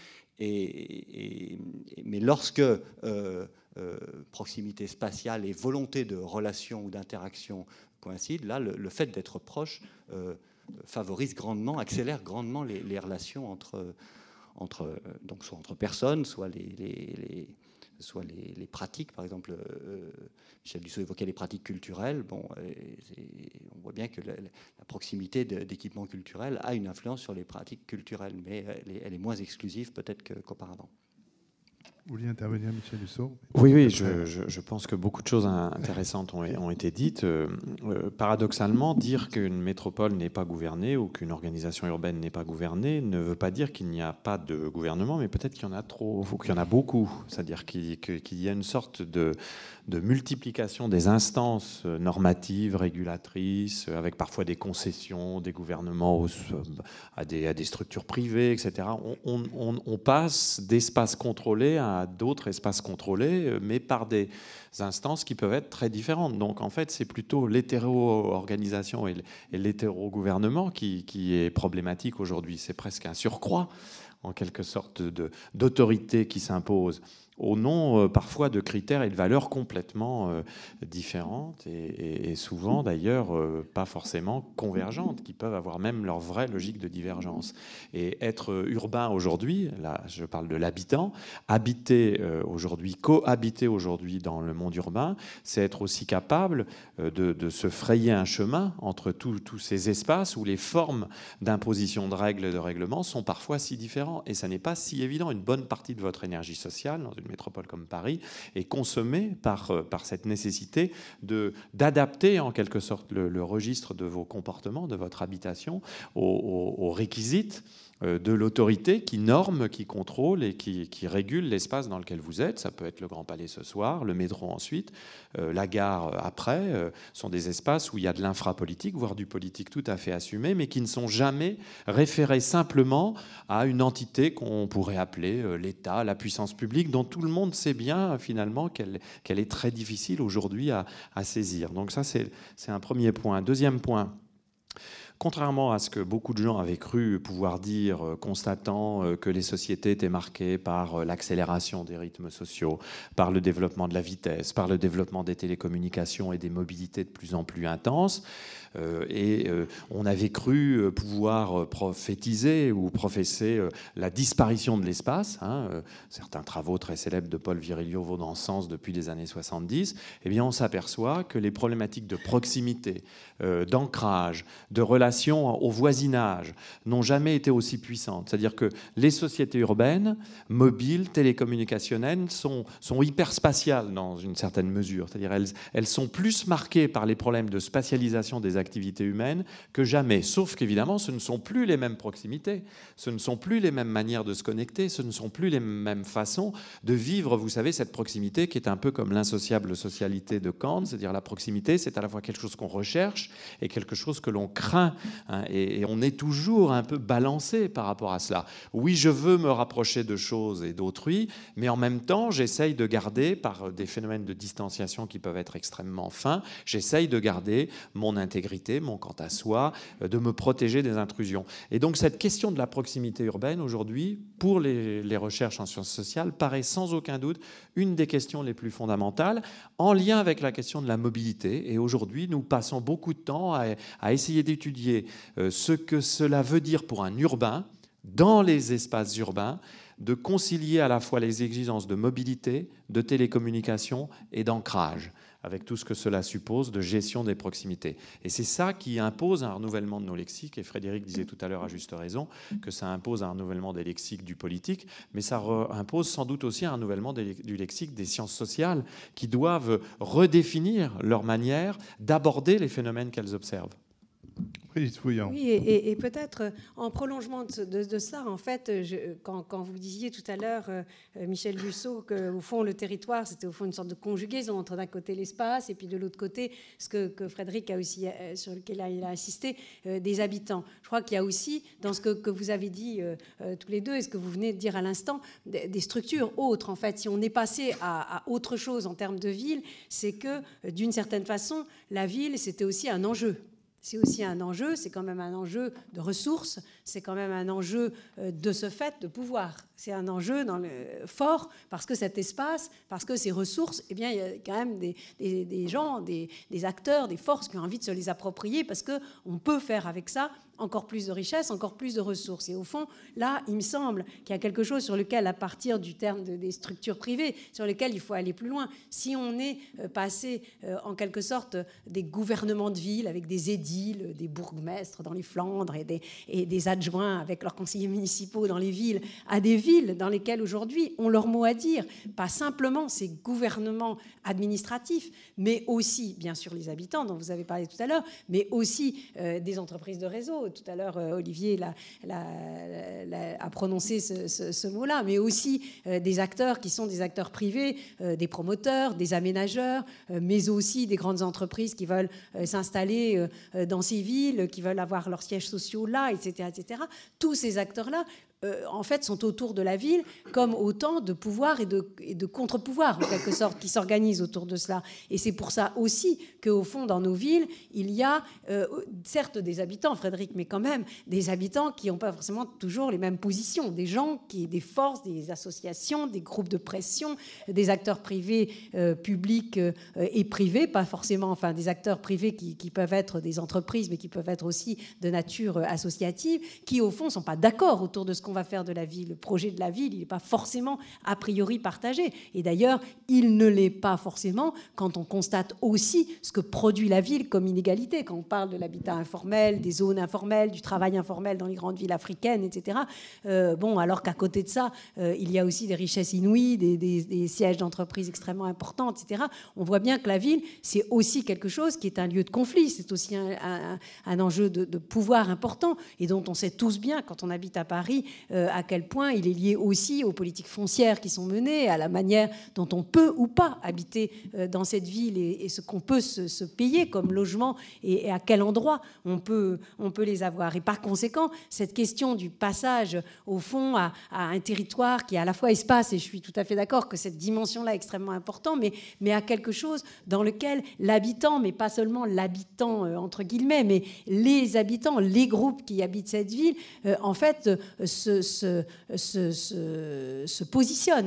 Speaker 3: Et, et, mais lorsque euh, euh, proximité spatiale et volonté de relation ou d'interaction coïncide, là, le, le fait d'être proche euh, favorise grandement, accélère grandement les, les relations entre, entre, donc soit entre personnes, soit les, les, les, soit les, les pratiques. Par exemple, euh, Michel Dussault évoquait les pratiques culturelles. Bon, on voit bien que la, la proximité d'équipements culturels a une influence sur les pratiques culturelles, mais elle est, elle est moins exclusive peut-être qu'auparavant.
Speaker 1: Vous vouliez intervenir, Michel Dussault?
Speaker 5: Oui, oui, je, je, je pense que beaucoup de choses intéressantes ont, ont été dites. Euh, euh, paradoxalement, dire qu'une métropole n'est pas gouvernée ou qu'une organisation urbaine n'est pas gouvernée ne veut pas dire qu'il n'y a pas de gouvernement, mais peut-être qu'il y en a trop, ou qu'il y en a beaucoup. C'est-à-dire qu'il qu'il y a une sorte de, de multiplication des instances normatives, régulatrices, avec parfois des concessions, des gouvernements aux, à, des, à des structures privées, et cetera. On, on, on passe d'espaces contrôlés à d'autres espaces contrôlés, mais par des instances qui peuvent être très différentes. Donc en fait, c'est plutôt l'hétéro-organisation et l'hétéro-gouvernement qui, qui est problématique aujourd'hui. C'est presque un surcroît, en quelque sorte, d'autorité qui s'impose au nom euh, parfois de critères et de valeurs complètement euh, différentes et, et, et souvent d'ailleurs euh, pas forcément convergentes, qui peuvent avoir même leur vraie logique de divergence. Et être urbain aujourd'hui, là je parle de l'habitant, habiter euh, aujourd'hui, cohabiter aujourd'hui dans le monde urbain, c'est être aussi capable euh, de, de se frayer un chemin entre tous ces espaces où les formes d'imposition de règles et de règlements sont parfois si différents. Et ça n'est pas si évident. Une bonne partie de votre énergie sociale dans une métropole comme Paris est consommée par, par cette nécessité d'adapter en quelque sorte le, le registre de vos comportements, de votre habitation, aux, aux, aux réquisites de l'autorité qui norme, qui contrôle et qui, qui régule l'espace dans lequel vous êtes. Ça peut être le Grand Palais ce soir, le métro ensuite, euh, la gare après. Euh, sont des espaces où il y a de l'infrapolitique, voire du politique tout à fait assumé, mais qui ne sont jamais référés simplement à une entité qu'on pourrait appeler euh, l'État, la puissance publique, dont tout le monde sait bien finalement qu'elle qu'elle est très difficile aujourd'hui à, à saisir. Donc ça, c'est un premier point. Deuxième point. Contrairement à ce que beaucoup de gens avaient cru pouvoir dire, constatant que les sociétés étaient marquées par l'accélération des rythmes sociaux, par le développement de la vitesse, par le développement des télécommunications et des mobilités de plus en plus intenses, euh, et euh, on avait cru pouvoir prophétiser ou professer euh, la disparition de l'espace, hein, euh, certains travaux très célèbres de Paul Virilio vont dans ce sens depuis les années soixante-dix, eh bien on s'aperçoit que les problématiques de proximité, euh, d'ancrage, de relation relations au voisinage n'ont jamais été aussi puissantes. C'est-à-dire que les sociétés urbaines, mobiles, télécommunicationnelles, sont, sont hyperspatiales dans une certaine mesure. C'est-à-dire elles, elles sont plus marquées par les problèmes de spatialisation des activités humaines que jamais. Sauf qu'évidemment, ce ne sont plus les mêmes proximités, ce ne sont plus les mêmes manières de se connecter, ce ne sont plus les mêmes façons de vivre, vous savez, cette proximité qui est un peu comme l'insociable socialité de Kant, c'est-à-dire la proximité, c'est à la fois quelque chose qu'on recherche et quelque chose que l'on craint. Hein, et, et on est toujours un peu balancé par rapport à cela. Oui, je veux me rapprocher de choses et d'autrui, mais en même temps, j'essaye de garder, par des phénomènes de distanciation qui peuvent être extrêmement fins, j'essaye de garder mon intégrité, mon quant à soi, de me protéger des intrusions. Et donc cette question de la proximité urbaine, aujourd'hui, pour les, les recherches en sciences sociales, paraît sans aucun doute une des questions les plus fondamentales, en lien avec la question de la mobilité. Et aujourd'hui, nous passons beaucoup de temps à, à essayer d'étudier euh, ce que cela veut dire pour un urbain, dans les espaces urbains, de concilier à la fois les exigences de mobilité, de télécommunication et d'ancrage, avec tout ce que cela suppose de gestion des proximités. Et c'est ça qui impose un renouvellement de nos lexiques, et Frédéric disait tout à l'heure à juste raison que ça impose un renouvellement des lexiques du politique, mais ça impose sans doute aussi un renouvellement des, du lexique des sciences sociales, qui doivent redéfinir leur manière d'aborder les phénomènes qu'elles observent.
Speaker 2: Oui, et, et, et peut-être en prolongement de, de, de ça, en fait, je, quand, quand vous disiez tout à l'heure, euh, Michel Busseau, qu'au fond, le territoire, c'était au fond une sorte de conjugaison entre d'un côté l'espace et puis de l'autre côté, ce que, que Frédéric a aussi, euh, sur lequel il a insisté, euh, des habitants. Je crois qu'il y a aussi, dans ce que, que vous avez dit euh, euh, tous les deux, et ce que vous venez de dire à l'instant, des, des structures autres. En fait, si on est passé à, à autre chose en termes de ville, c'est que, d'une certaine façon, la ville, c'était aussi un enjeu. C'est aussi un enjeu, c'est quand même un enjeu de ressources, c'est quand même un enjeu de ce fait de pouvoir. C'est un enjeu dans le fort parce que cet espace, parce que ces ressources, eh bien, il y a quand même des, des, des gens, des, des acteurs, des forces qui ont envie de se les approprier parce qu'on peut faire avec ça encore plus de richesses, encore plus de ressources. Et au fond, là, il me semble qu'il y a quelque chose sur lequel, à partir du terme de, des structures privées, sur lequel il faut aller plus loin. Si on est passé, en quelque sorte, des gouvernements de ville avec des édiles, des bourgmestres dans les Flandres et des, et des adjoints avec leurs conseillers municipaux dans les villes, à des villes dans lesquelles, aujourd'hui, ont leur mot à dire, pas simplement ces gouvernements administratifs, mais aussi, bien sûr, les habitants dont vous avez parlé tout à l'heure, mais aussi euh, des entreprises de réseau. Tout à l'heure, Olivier l'a, l'a, l'a, a prononcé ce, ce, ce mot-là, mais aussi euh, des acteurs qui sont des acteurs privés, euh, des promoteurs, des aménageurs, euh, mais aussi des grandes entreprises qui veulent euh, s'installer euh, dans ces villes, qui veulent avoir leurs sièges sociaux là, et cetera, et cetera. Tous ces acteurs-là, Euh, en fait, sont autour de la ville comme autant de pouvoirs et de, et de contre-pouvoirs, en quelque sorte, qui s'organisent autour de cela. Et c'est pour ça aussi qu'au fond, dans nos villes, il y a, euh, certes, des habitants, Frédéric, mais quand même, des habitants qui n'ont pas forcément toujours les mêmes positions, des gens, qui, des forces, des associations, des groupes de pression, des acteurs privés, euh, publics euh, et privés, pas forcément, enfin, des acteurs privés qui, qui peuvent être des entreprises, mais qui peuvent être aussi de nature associative, qui, au fond, ne sont pas d'accord autour de ce qu'on va faire de la ville. Le projet de la ville, il n'est pas forcément a priori partagé. Et d'ailleurs, il ne l'est pas forcément quand on constate aussi ce que produit la ville comme inégalité. Quand on parle de l'habitat informel, des zones informelles, du travail informel dans les grandes villes africaines, et cetera. Euh, bon, alors qu'à côté de ça, euh, il y a aussi des richesses inouïes, des, des, des sièges d'entreprises extrêmement importants, et cetera. On voit bien que la ville, c'est aussi quelque chose qui est un lieu de conflit. C'est aussi un, un, un enjeu de, de pouvoir important et dont on sait tous bien, quand on habite à Paris, Euh, à quel point il est lié aussi aux politiques foncières qui sont menées, à la manière dont on peut ou pas habiter euh, dans cette ville et, et ce qu'on peut se, se payer comme logement et, et à quel endroit on peut, on peut les avoir. Et par conséquent, cette question du passage, au fond, à, à un territoire qui est à la fois espace, et je suis tout à fait d'accord que cette dimension-là est extrêmement importante, mais, mais à quelque chose dans lequel l'habitant, mais pas seulement l'habitant, euh, entre guillemets, mais les habitants, les groupes qui habitent cette ville, euh, en fait, euh, se Se, se, se, se positionne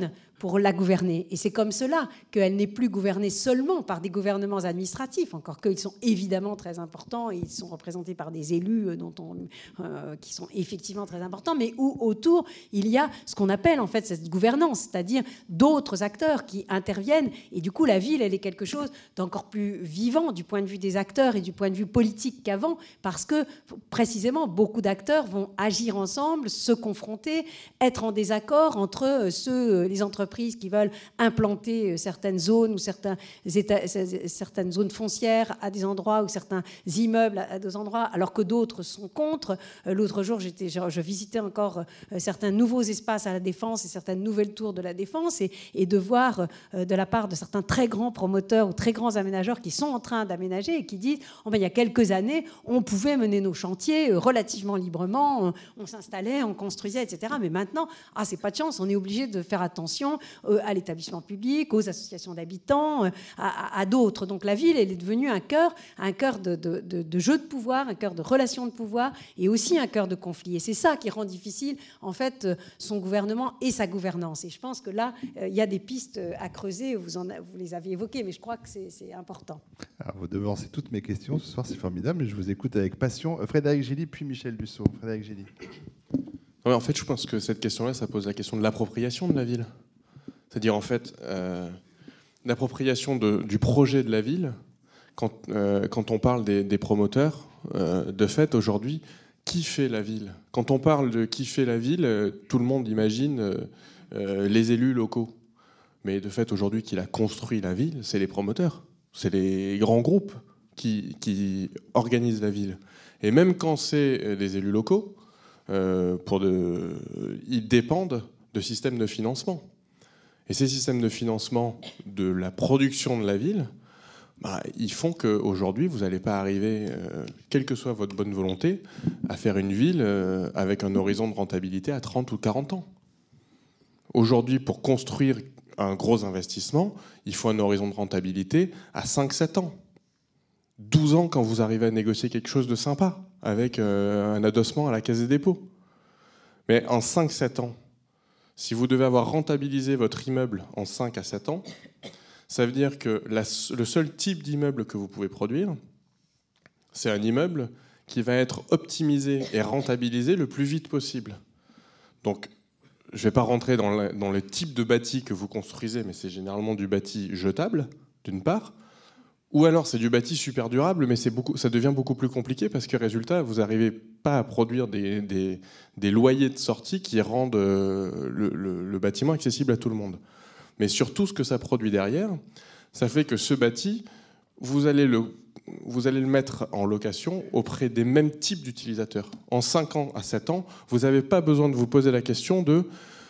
Speaker 2: pour la gouverner. Et c'est comme cela qu'elle n'est plus gouvernée seulement par des gouvernements administratifs, encore qu'ils sont évidemment très importants et ils sont représentés par des élus dont on, euh, qui sont effectivement très importants, mais où autour il y a ce qu'on appelle en fait cette gouvernance, c'est-à-dire d'autres acteurs qui interviennent. Et du coup, la ville, elle est quelque chose d'encore plus vivant du point de vue des acteurs et du point de vue politique qu'avant, parce que précisément beaucoup d'acteurs vont agir ensemble, se confronter, être en désaccord entre ceux, les entreprises qui veulent implanter certaines zones ou certains états, certaines zones foncières à des endroits ou certains immeubles à des endroits, alors que d'autres sont contre. L'autre jour, j'étais, je visitais encore certains nouveaux espaces à la Défense et certaines nouvelles tours de la Défense, et, et de voir de la part de certains très grands promoteurs ou très grands aménageurs qui sont en train d'aménager et qui disent oh ben, il y a quelques années, on pouvait mener nos chantiers relativement librement, on, on s'installait, on construisait, et cetera. Mais maintenant, ah, c'est pas de chance, on est obligé de faire attention à l'établissement public, aux associations d'habitants, à, à, à d'autres. Donc la ville, elle est devenue un cœur, un cœur de, de, de, de jeu de pouvoir, un cœur de relations de pouvoir et aussi un cœur de conflit. Et c'est ça qui rend difficile, en fait, son gouvernement et sa gouvernance. Et je pense que là, il y a des pistes à creuser, vous, en, vous les avez évoquées, mais je crois que c'est, c'est important.
Speaker 1: Alors, vous devancez toutes mes questions ce soir, c'est formidable, mais je vous écoute avec passion. Frédéric Gilly, puis Michel Dussault. Frédéric Gilly.
Speaker 4: Ouais, en fait, je pense que cette question-là, ça pose la question de l'appropriation de la ville. C'est-à-dire, en fait, euh, l'appropriation de, du projet de la ville, quand, euh, quand on parle des, des promoteurs, euh, de fait, aujourd'hui, qui fait la ville ? Quand on parle de qui fait la ville, euh, tout le monde imagine euh, euh, les élus locaux. Mais de fait, aujourd'hui, qui a construit la ville, c'est les promoteurs. C'est les grands groupes qui, qui organisent la ville. Et même quand c'est les élus locaux, euh, pour de, ils dépendent de systèmes de financement. Et ces systèmes de financement de la production de la ville, bah, ils font qu'aujourd'hui, vous n'allez pas arriver, euh, quelle que soit votre bonne volonté, à faire une ville euh, avec un horizon de rentabilité à trente ou quarante ans. Aujourd'hui, pour construire un gros investissement, il faut un horizon de rentabilité à cinq à sept ans. douze ans quand vous arrivez à négocier quelque chose de sympa, avec euh, un adossement à la Caisse des dépôts. Mais en cinq à sept ans, si vous devez avoir rentabilisé votre immeuble en cinq à sept ans, ça veut dire que la, le seul type d'immeuble que vous pouvez produire, c'est un immeuble qui va être optimisé et rentabilisé le plus vite possible. Donc, je ne vais pas rentrer dans le, dans le type de bâti que vous construisez, mais c'est généralement du bâti jetable, d'une part, ou alors c'est du bâti super durable, mais c'est beaucoup, ça devient beaucoup plus compliqué parce que, résultat, vous n'arrivez pas à produire des, des, des loyers de sortie qui rendent le, le, le bâtiment accessible à tout le monde. Mais surtout, ce que ça produit derrière, ça fait que ce bâti, vous allez le, vous allez le mettre en location auprès des mêmes types d'utilisateurs. En cinq ans à sept ans, vous n'avez pas besoin de vous poser la question de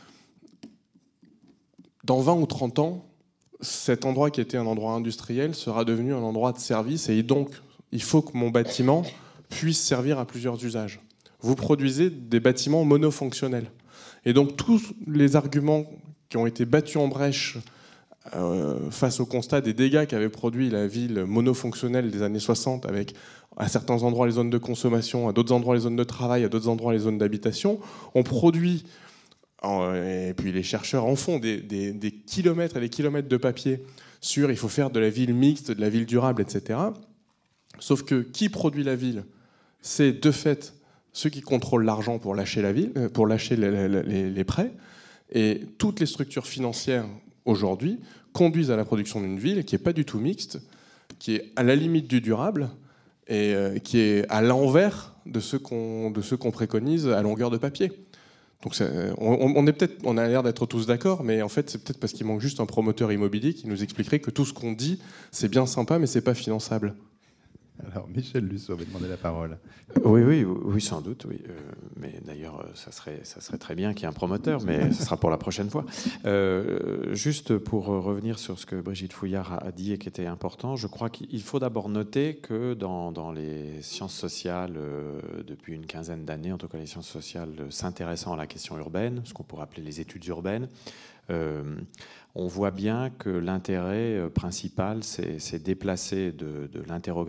Speaker 4: dans vingt ou trente ans, cet endroit qui était un endroit industriel sera devenu un endroit de service et donc il faut que mon bâtiment puisse servir à plusieurs usages. Vous produisez des bâtiments monofonctionnels. Et donc tous les arguments qui ont été battus en brèche euh, face au constat des dégâts qu'avait produit la ville monofonctionnelle des années soixante, avec à certains endroits les zones de consommation, à d'autres endroits les zones de travail, à d'autres endroits les zones d'habitation, on produit, et puis les chercheurs en font, des, des, des kilomètres et des kilomètres de papier sur il faut faire de la ville mixte, de la ville durable, et cetera. Sauf que qui produit la ville ? C'est de fait ceux qui contrôlent l'argent pour lâcher la ville, pour lâcher les, les, les prêts. Et toutes les structures financières aujourd'hui conduisent à la production d'une ville qui n'est pas du tout mixte, qui est à la limite du durable et qui est à l'envers de ce qu'on, de ce qu'on préconise à longueur de papier. Donc on, on, est peut-être, on a l'air d'être tous d'accord, mais en fait c'est peut-être parce qu'il manque juste un promoteur immobilier qui nous expliquerait que tout ce qu'on dit c'est bien sympa mais c'est pas finançable.
Speaker 1: Alors, Michel Dussault avait demandé la parole.
Speaker 5: Oui, oui, oui, sans doute, oui. Euh, mais d'ailleurs, ça serait, ça serait très bien qu'il y ait un promoteur, mais ce sera pour la prochaine fois. Euh, juste pour revenir sur ce que Brigitte Fouillard a dit et qui était important, je crois qu'il faut d'abord noter que dans, dans les sciences sociales, euh, depuis une quinzaine d'années, en tout cas les sciences sociales s'intéressant à la question urbaine, ce qu'on pourrait appeler les études urbaines, euh, on voit bien que l'intérêt principal, c'est, c'est déplacer de, de l'interrogation de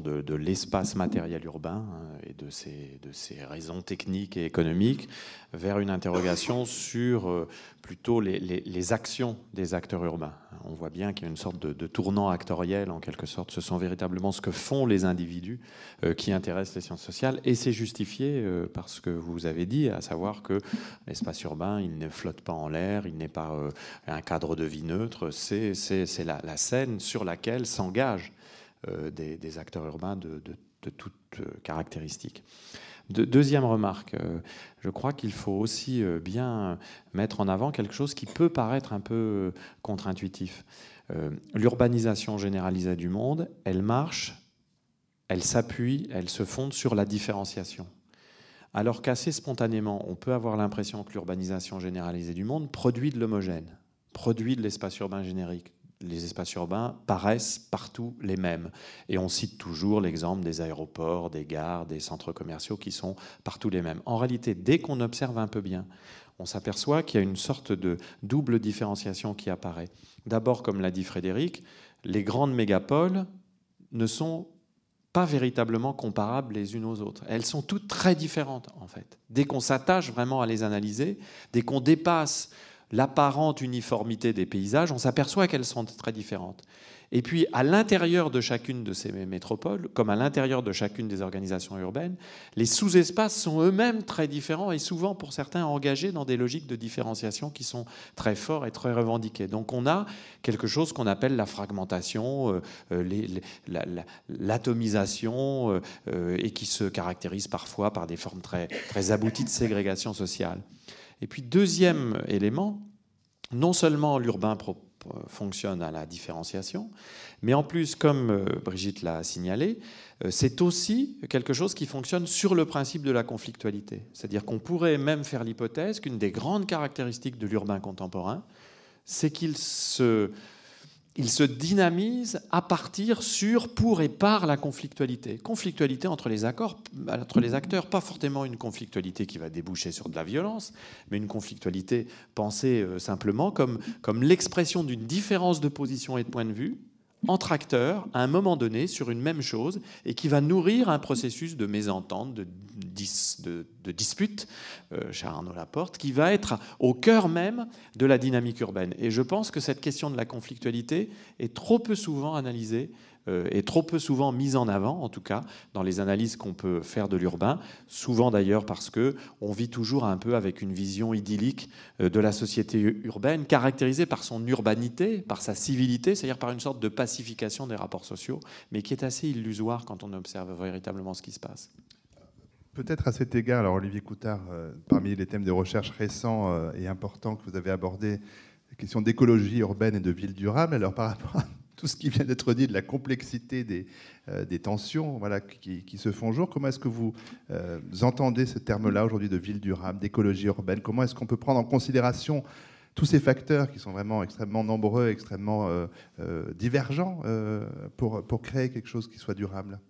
Speaker 5: de, de l'espace matériel urbain hein, et de ses, de ses raisons techniques et économiques vers une interrogation sur euh, plutôt les, les, les actions des acteurs urbains. On voit bien qu'il y a une sorte de, de tournant actoriel, en quelque sorte. Ce sont véritablement ce que font les individus euh, qui intéressent les sciences sociales, et c'est justifié euh, par ce que vous avez dit, à savoir que l'espace urbain, il ne flotte pas en l'air, il n'est pas euh, un cadre de vie neutre, c'est, c'est, c'est la, la scène sur laquelle s'engagent euh, des, des acteurs urbains de, de, de toutes euh, caractéristiques. De, deuxième remarque, euh, je crois qu'il faut aussi euh, bien mettre en avant quelque chose qui peut paraître un peu contre-intuitif. Euh, l'urbanisation généralisée du monde, elle marche, elle s'appuie, elle se fonde sur la différenciation. Alors qu'assez spontanément, on peut avoir l'impression que l'urbanisation généralisée du monde produit de l'homogène, produit de l'espace urbain générique. Les espaces urbains paraissent partout les mêmes. Et on cite toujours l'exemple des aéroports, des gares, des centres commerciaux qui sont partout les mêmes. En réalité, dès qu'on observe un peu bien, on s'aperçoit qu'il y a une sorte de double différenciation qui apparaît. D'abord, comme l'a dit Frédéric, les grandes mégapoles ne sont pas véritablement comparables les unes aux autres. Elles sont toutes très différentes, en fait. Dès qu'on s'attache vraiment à les analyser, dès qu'on dépasse l'apparente uniformité des paysages, on s'aperçoit qu'elles sont très différentes. Et puis, à l'intérieur de chacune de ces métropoles, comme à l'intérieur de chacune des organisations urbaines, les sous-espaces sont eux-mêmes très différents et souvent, pour certains, engagés dans des logiques de différenciation qui sont très forts et très revendiquées. Donc, on a quelque chose qu'on appelle la fragmentation, euh, les, les, la, la, l'atomisation, euh, euh, et qui se caractérise parfois par des formes très, très abouties de ségrégation sociale. Et puis, deuxième élément, non seulement l'urbain pro- fonctionne à la différenciation, mais en plus, comme euh, Brigitte l'a signalé, euh, c'est aussi quelque chose qui fonctionne sur le principe de la conflictualité. C'est-à-dire qu'on pourrait même faire l'hypothèse qu'une des grandes caractéristiques de l'urbain contemporain, c'est qu'il se... il se dynamise à partir sur, pour et par la conflictualité. Conflictualité entre les, accords, entre les acteurs, pas forcément une conflictualité qui va déboucher sur de la violence, mais une conflictualité pensée euh, simplement comme, comme l'expression d'une différence de position et de point de vue entre acteurs à un moment donné sur une même chose et qui va nourrir un processus de mésentente, de, dis, de, de dispute, euh, chez Arnaud Laporte, qui va être au cœur même de la dynamique urbaine. Et je pense que cette question de la conflictualité est trop peu souvent analysée euh, et trop peu souvent mise en avant, en tout cas, dans les analyses qu'on peut faire de l'urbain, souvent d'ailleurs parce qu'on vit toujours un peu avec une vision idyllique euh, de la société urbaine, caractérisée par son urbanité, par sa civilité, c'est-à-dire par une sorte de pacification des rapports sociaux, mais qui est assez illusoire quand on observe véritablement ce qui se passe.
Speaker 1: Peut-être à cet égard, alors Olivier Coutard, euh, parmi les thèmes de recherche récents euh, et importants que vous avez abordés, la question d'écologie urbaine et de ville durable, alors par rapport à tout ce qui vient d'être dit de la complexité des, euh, des tensions voilà, qui, qui se font jour, comment est-ce que vous euh, entendez ce terme-là aujourd'hui de ville durable, d'écologie urbaine? Comment est-ce qu'on peut prendre en considération tous ces facteurs qui sont vraiment extrêmement nombreux, extrêmement euh, euh, divergents euh, pour, pour créer quelque chose qui soit durable?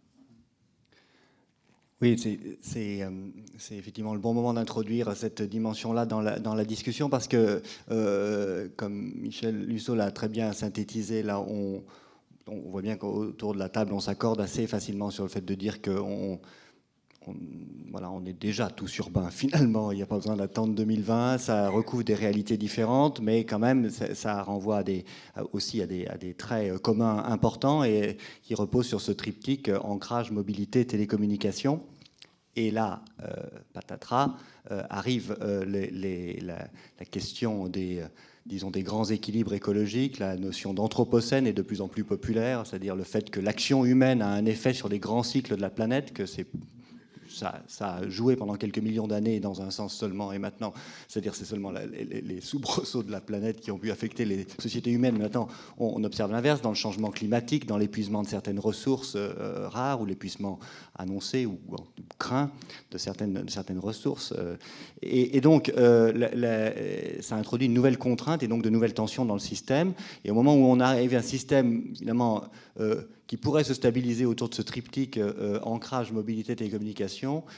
Speaker 3: Oui, c'est, c'est, euh, c'est effectivement le bon moment d'introduire cette dimension-là dans la, dans la discussion parce que, euh, comme Michel Lussot l'a très bien synthétisé, là, on, on voit bien qu'autour de la table, on s'accorde assez facilement sur le fait de dire qu'on on, voilà, on est déjà tous urbains finalement. Il n'y a pas besoin d'attendre deux mille vingt. Ça recouvre des réalités différentes, mais quand même, ça, ça renvoie à des, aussi à des, à des traits communs importants et qui reposent sur ce triptyque ancrage, mobilité, télécommunication. Et là, euh, patatras, euh, arrive euh, les, les, la, la question des, euh, disons, des grands équilibres écologiques. La notion d'anthropocène est de plus en plus populaire, c'est-à-dire le fait que l'action humaine a un effet sur les grands cycles de la planète, que c'est Ça, ça a joué pendant quelques millions d'années dans un sens seulement, et maintenant, c'est-à-dire c'est seulement la, les, les soubresauts de la planète qui ont pu affecter les sociétés humaines. Maintenant, on, on observe l'inverse dans le changement climatique, dans l'épuisement de certaines ressources euh, rares, ou l'épuisement annoncé ou, ou craint de certaines, de certaines ressources. Euh, et, et donc, euh, la, la, ça introduit une nouvelle contrainte et donc de nouvelles tensions dans le système. Et au moment où on arrive à un système, évidemment, euh, qui pourrait se stabiliser autour de ce triptyque euh, ancrage, mobilité, télécommunication,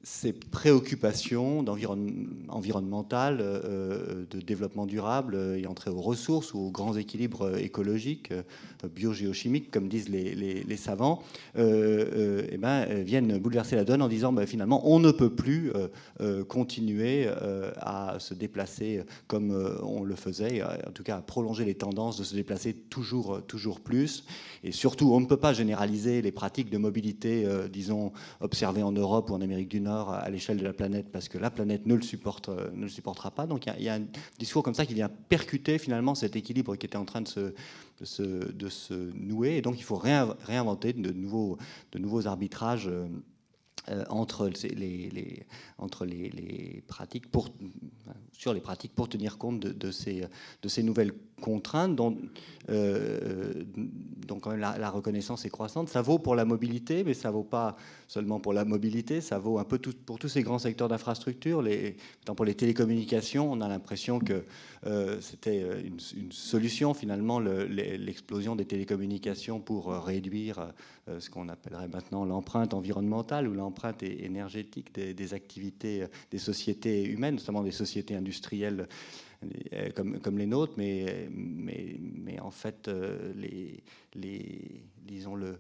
Speaker 3: ces préoccupations environnementales, euh, de développement durable et entrée aux ressources ou aux grands équilibres écologiques, euh, biogéochimiques, comme disent les, les, les savants, euh, euh, eh ben, viennent bouleverser la donne en disant ben, finalement on ne peut plus euh, euh, continuer euh, à se déplacer comme euh, on le faisait, en tout cas à prolonger les tendances de se déplacer toujours, toujours plus. Et surtout, on ne peut pas généraliser les pratiques de mobilité, euh, disons, observées en Europe ou en Amérique du Nord à l'échelle de la planète, parce que la planète ne le, supporte, ne le supportera pas. Donc il y, y a un discours comme ça qui vient percuter finalement cet équilibre qui était en train de se, de se, de se nouer. Et donc il faut réinventer de nouveaux, de nouveaux arbitrages euh, entre, les, les, entre les, les pratiques pour, sur les pratiques pour tenir compte de, de, ces, de ces nouvelles contraintes dont, euh, dont quand même la, la reconnaissance est croissante. Ça vaut pour la mobilité, mais ça ne vaut pas seulement pour la mobilité, ça vaut un peu tout, pour tous ces grands secteurs d'infrastructure. Les, pour les télécommunications, on a l'impression que euh, c'était une, une solution finalement, le, l'explosion des télécommunications pour réduire euh, ce qu'on appellerait maintenant l'empreinte environnementale ou l'empreinte énergétique des, des activités des sociétés humaines, notamment des sociétés industrielles Comme, comme les nôtres, mais, mais, mais en fait, euh, les, les, disons le,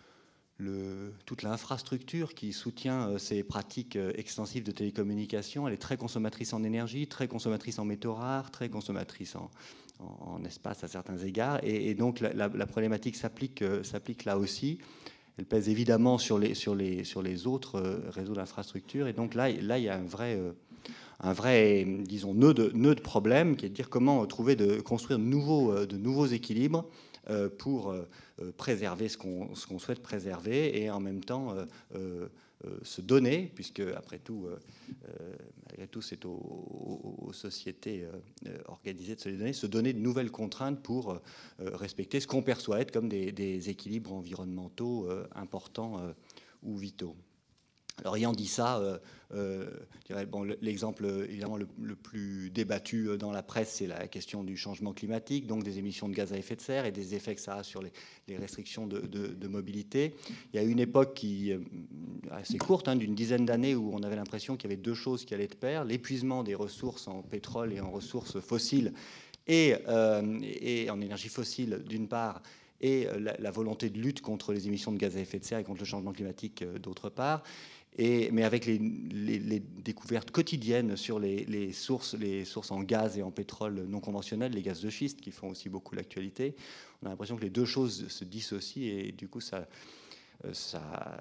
Speaker 3: le, toute l'infrastructure qui soutient euh, ces pratiques euh, extensives de télécommunications, elle est très consommatrice en énergie, très consommatrice en métaux rares, très consommatrice en, en, en espace à certains égards. Et, et donc, la, la, la problématique s'applique, euh, s'applique là aussi. Elle pèse évidemment sur les, sur les, sur les autres euh, réseaux d'infrastructures. Et donc là, là, il y a un vrai... Euh, un vrai, disons, nœud de, nœud de problème, qui est de dire comment trouver, de construire de nouveaux, de nouveaux équilibres euh, pour euh, préserver ce qu'on, ce qu'on souhaite préserver et en même temps euh, euh, se donner, puisque après tout, euh, malgré tout, c'est aux, aux, aux sociétés euh, organisées de se les donner, se donner de nouvelles contraintes pour euh, respecter ce qu'on perçoit être comme des, des équilibres environnementaux euh, importants euh, ou vitaux. Alors, ayant dit ça, euh, euh, je dirais, bon, l'exemple évidemment le, le plus débattu dans la presse, c'est la question du changement climatique, donc des émissions de gaz à effet de serre et des effets que ça a sur les, les restrictions de, de, de mobilité. Il y a une époque qui assez courte, hein, d'une dizaine d'années, où on avait l'impression qu'il y avait deux choses qui allaient de pair, l'épuisement des ressources en pétrole et en ressources fossiles et, euh, et en énergie fossile d'une part, et la, la volonté de lutte contre les émissions de gaz à effet de serre et contre le changement climatique d'autre part. Et, mais avec les, les, les découvertes quotidiennes sur les, les, sources, les sources en gaz et en pétrole non conventionnels, les gaz de schiste qui font aussi beaucoup l'actualité, on a l'impression que les deux choses se dissocient et du coup ça, ça,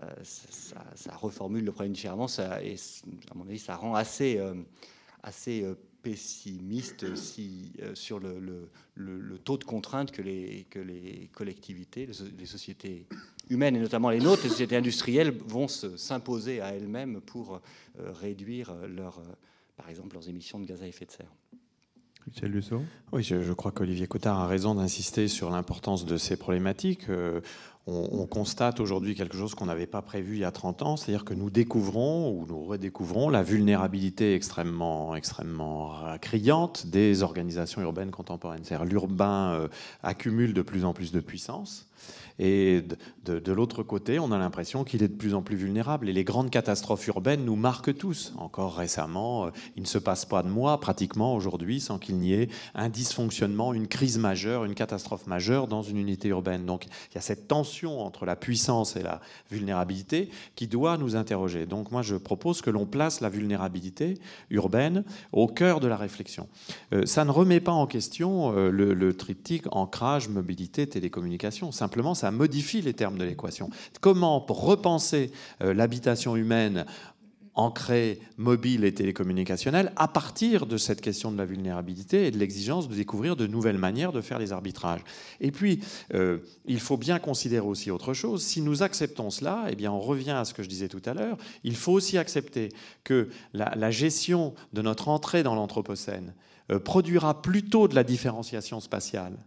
Speaker 3: ça, ça reformule le problème différemment. Ça, et à mon avis, ça rend assez, assez pessimiste si, sur le, le, le, le taux de contrainte que les, que les collectivités, les sociétés humaines et notamment les nôtres, les sociétés industrielles vont se, s'imposer à elles-mêmes pour euh, réduire leur, euh, par exemple leurs émissions de gaz à effet de serre.
Speaker 1: Michel Lusseau.
Speaker 5: Oui, je, je crois qu'Olivier Cottard a raison d'insister sur l'importance de ces problématiques. Euh, on, on constate aujourd'hui quelque chose qu'on n'avait pas prévu il y a trente ans, c'est-à-dire que nous découvrons ou nous redécouvrons la vulnérabilité extrêmement, extrêmement criante des organisations urbaines contemporaines. C'est-à-dire l'urbain euh, accumule de plus en plus de puissance. Et de, de, de l'autre côté, on a l'impression qu'il est de plus en plus vulnérable. Et les grandes catastrophes urbaines nous marquent tous. Encore récemment, euh, il ne se passe pas de mois, pratiquement aujourd'hui, sans qu'il n'y ait un dysfonctionnement, une crise majeure, une catastrophe majeure dans une unité urbaine. Donc il y a cette tension entre la puissance et la vulnérabilité qui doit nous interroger. Donc moi, je propose que l'on place la vulnérabilité urbaine au cœur de la réflexion. Euh, ça ne remet pas en question euh, le, le triptyque ancrage, mobilité, télécommunication. Simplement, ça modifie les termes de l'équation. Comment repenser euh, l'habitation humaine ancrée, mobile et télécommunicationnelle à partir de cette question de la vulnérabilité et de l'exigence de découvrir de nouvelles manières de faire les arbitrages. Et puis, euh, il faut bien considérer aussi autre chose. Si nous acceptons cela, eh bien, on revient à ce que je disais tout à l'heure. Il faut aussi accepter que la, la gestion de notre entrée dans l'Anthropocène euh, produira plutôt de la différenciation spatiale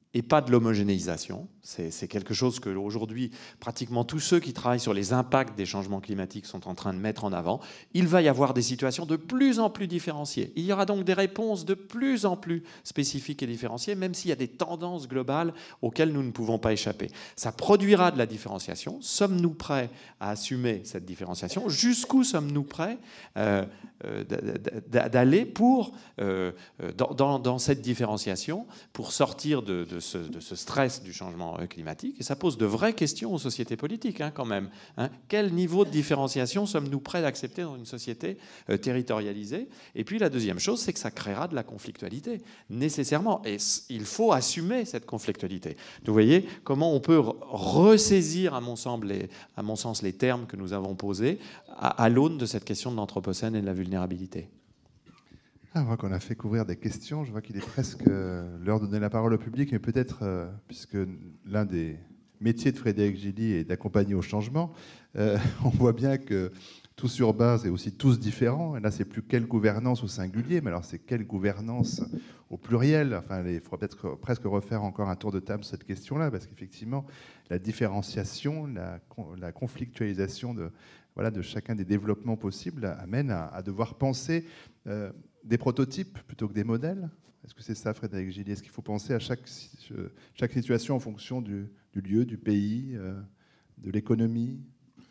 Speaker 5: et pas de l'homogénéisation. C'est, c'est quelque chose que aujourd'hui, pratiquement tous ceux qui travaillent sur les impacts des changements climatiques sont en train de mettre en avant. Il va y avoir des situations de plus en plus différenciées. Il y aura donc des réponses de plus en plus spécifiques et différenciées, même s'il y a des tendances globales auxquelles nous ne pouvons pas échapper. Ça produira de la différenciation. Sommes-nous prêts à assumer cette différenciation? Jusqu'où sommes-nous prêts euh, euh, d'aller pour, euh, dans, dans, dans cette différenciation pour sortir de, de Ce, de ce stress du changement climatique, et ça pose de vraies questions aux sociétés politiques, hein, quand même. Hein. Quel niveau de différenciation sommes-nous prêts d'accepter dans une société euh, territorialisée? Et puis la deuxième chose, c'est que ça créera de la conflictualité, nécessairement. Et il faut assumer cette conflictualité. Vous voyez comment on peut ressaisir, à mon sens, les, à mon sens, les termes que nous avons posés à, à l'aune de cette question de l'anthropocène et de la vulnérabilité.
Speaker 1: Ah, on voit qu'on a fait couvrir des questions. Je vois qu'il est presque l'heure de donner la parole au public, mais peut-être, euh, puisque l'un des métiers de Frédéric Gilly est d'accompagner au changement, euh, on voit bien que tous urbains, c'est aussi tous différents. Et là, c'est plus quelle gouvernance au singulier, mais alors c'est quelle gouvernance au pluriel. Enfin, il faudra peut-être presque refaire encore un tour de table sur cette question-là, parce qu'effectivement, la différenciation, la, la conflictualisation de, voilà, de chacun des développements possibles amène à, à devoir penser euh, des prototypes plutôt que des modèles. Est-ce que c'est ça, Frédéric Gilly? Est-ce qu'il faut penser à chaque, chaque situation en fonction du, du lieu, du pays, euh, de l'économie?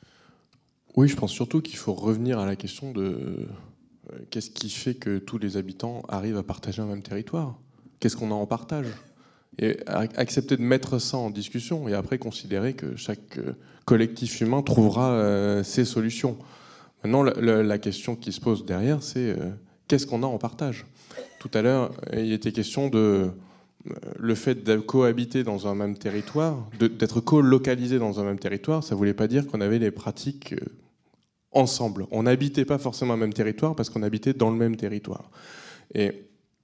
Speaker 4: Oui, je pense surtout qu'il faut revenir à la question de euh, qu'est-ce qui fait que tous les habitants arrivent à partager un même territoire? Qu'est-ce qu'on a en partage? Et accepter de mettre ça en discussion et après considérer que chaque collectif humain trouvera euh, ses solutions. Maintenant, la, la, la question qui se pose derrière, c'est euh, qu'est-ce qu'on a en partage? Tout à l'heure, il était question de euh, le fait de cohabiter dans un même territoire, de, d'être co-localisé dans un même territoire, ça ne voulait pas dire qu'on avait les pratiques euh, ensemble. On n'habitait pas forcément un même territoire parce qu'on habitait dans le même territoire. Et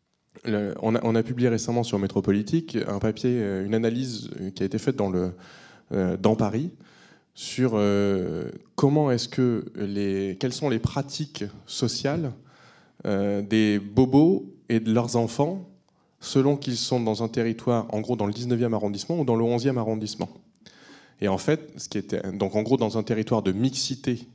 Speaker 4: le, on, a, on a publié récemment sur Métropolitique un papier, une analyse qui a été faite dans, le, euh, dans Paris sur euh, comment est-ce que les, quelles sont les pratiques sociales euh, des bobos et de leurs enfants selon qu'ils sont dans un territoire, en gros dans le dix-neuvième arrondissement ou dans le onzième arrondissement. Et en fait, ce qui était, donc en gros dans un territoire de mixité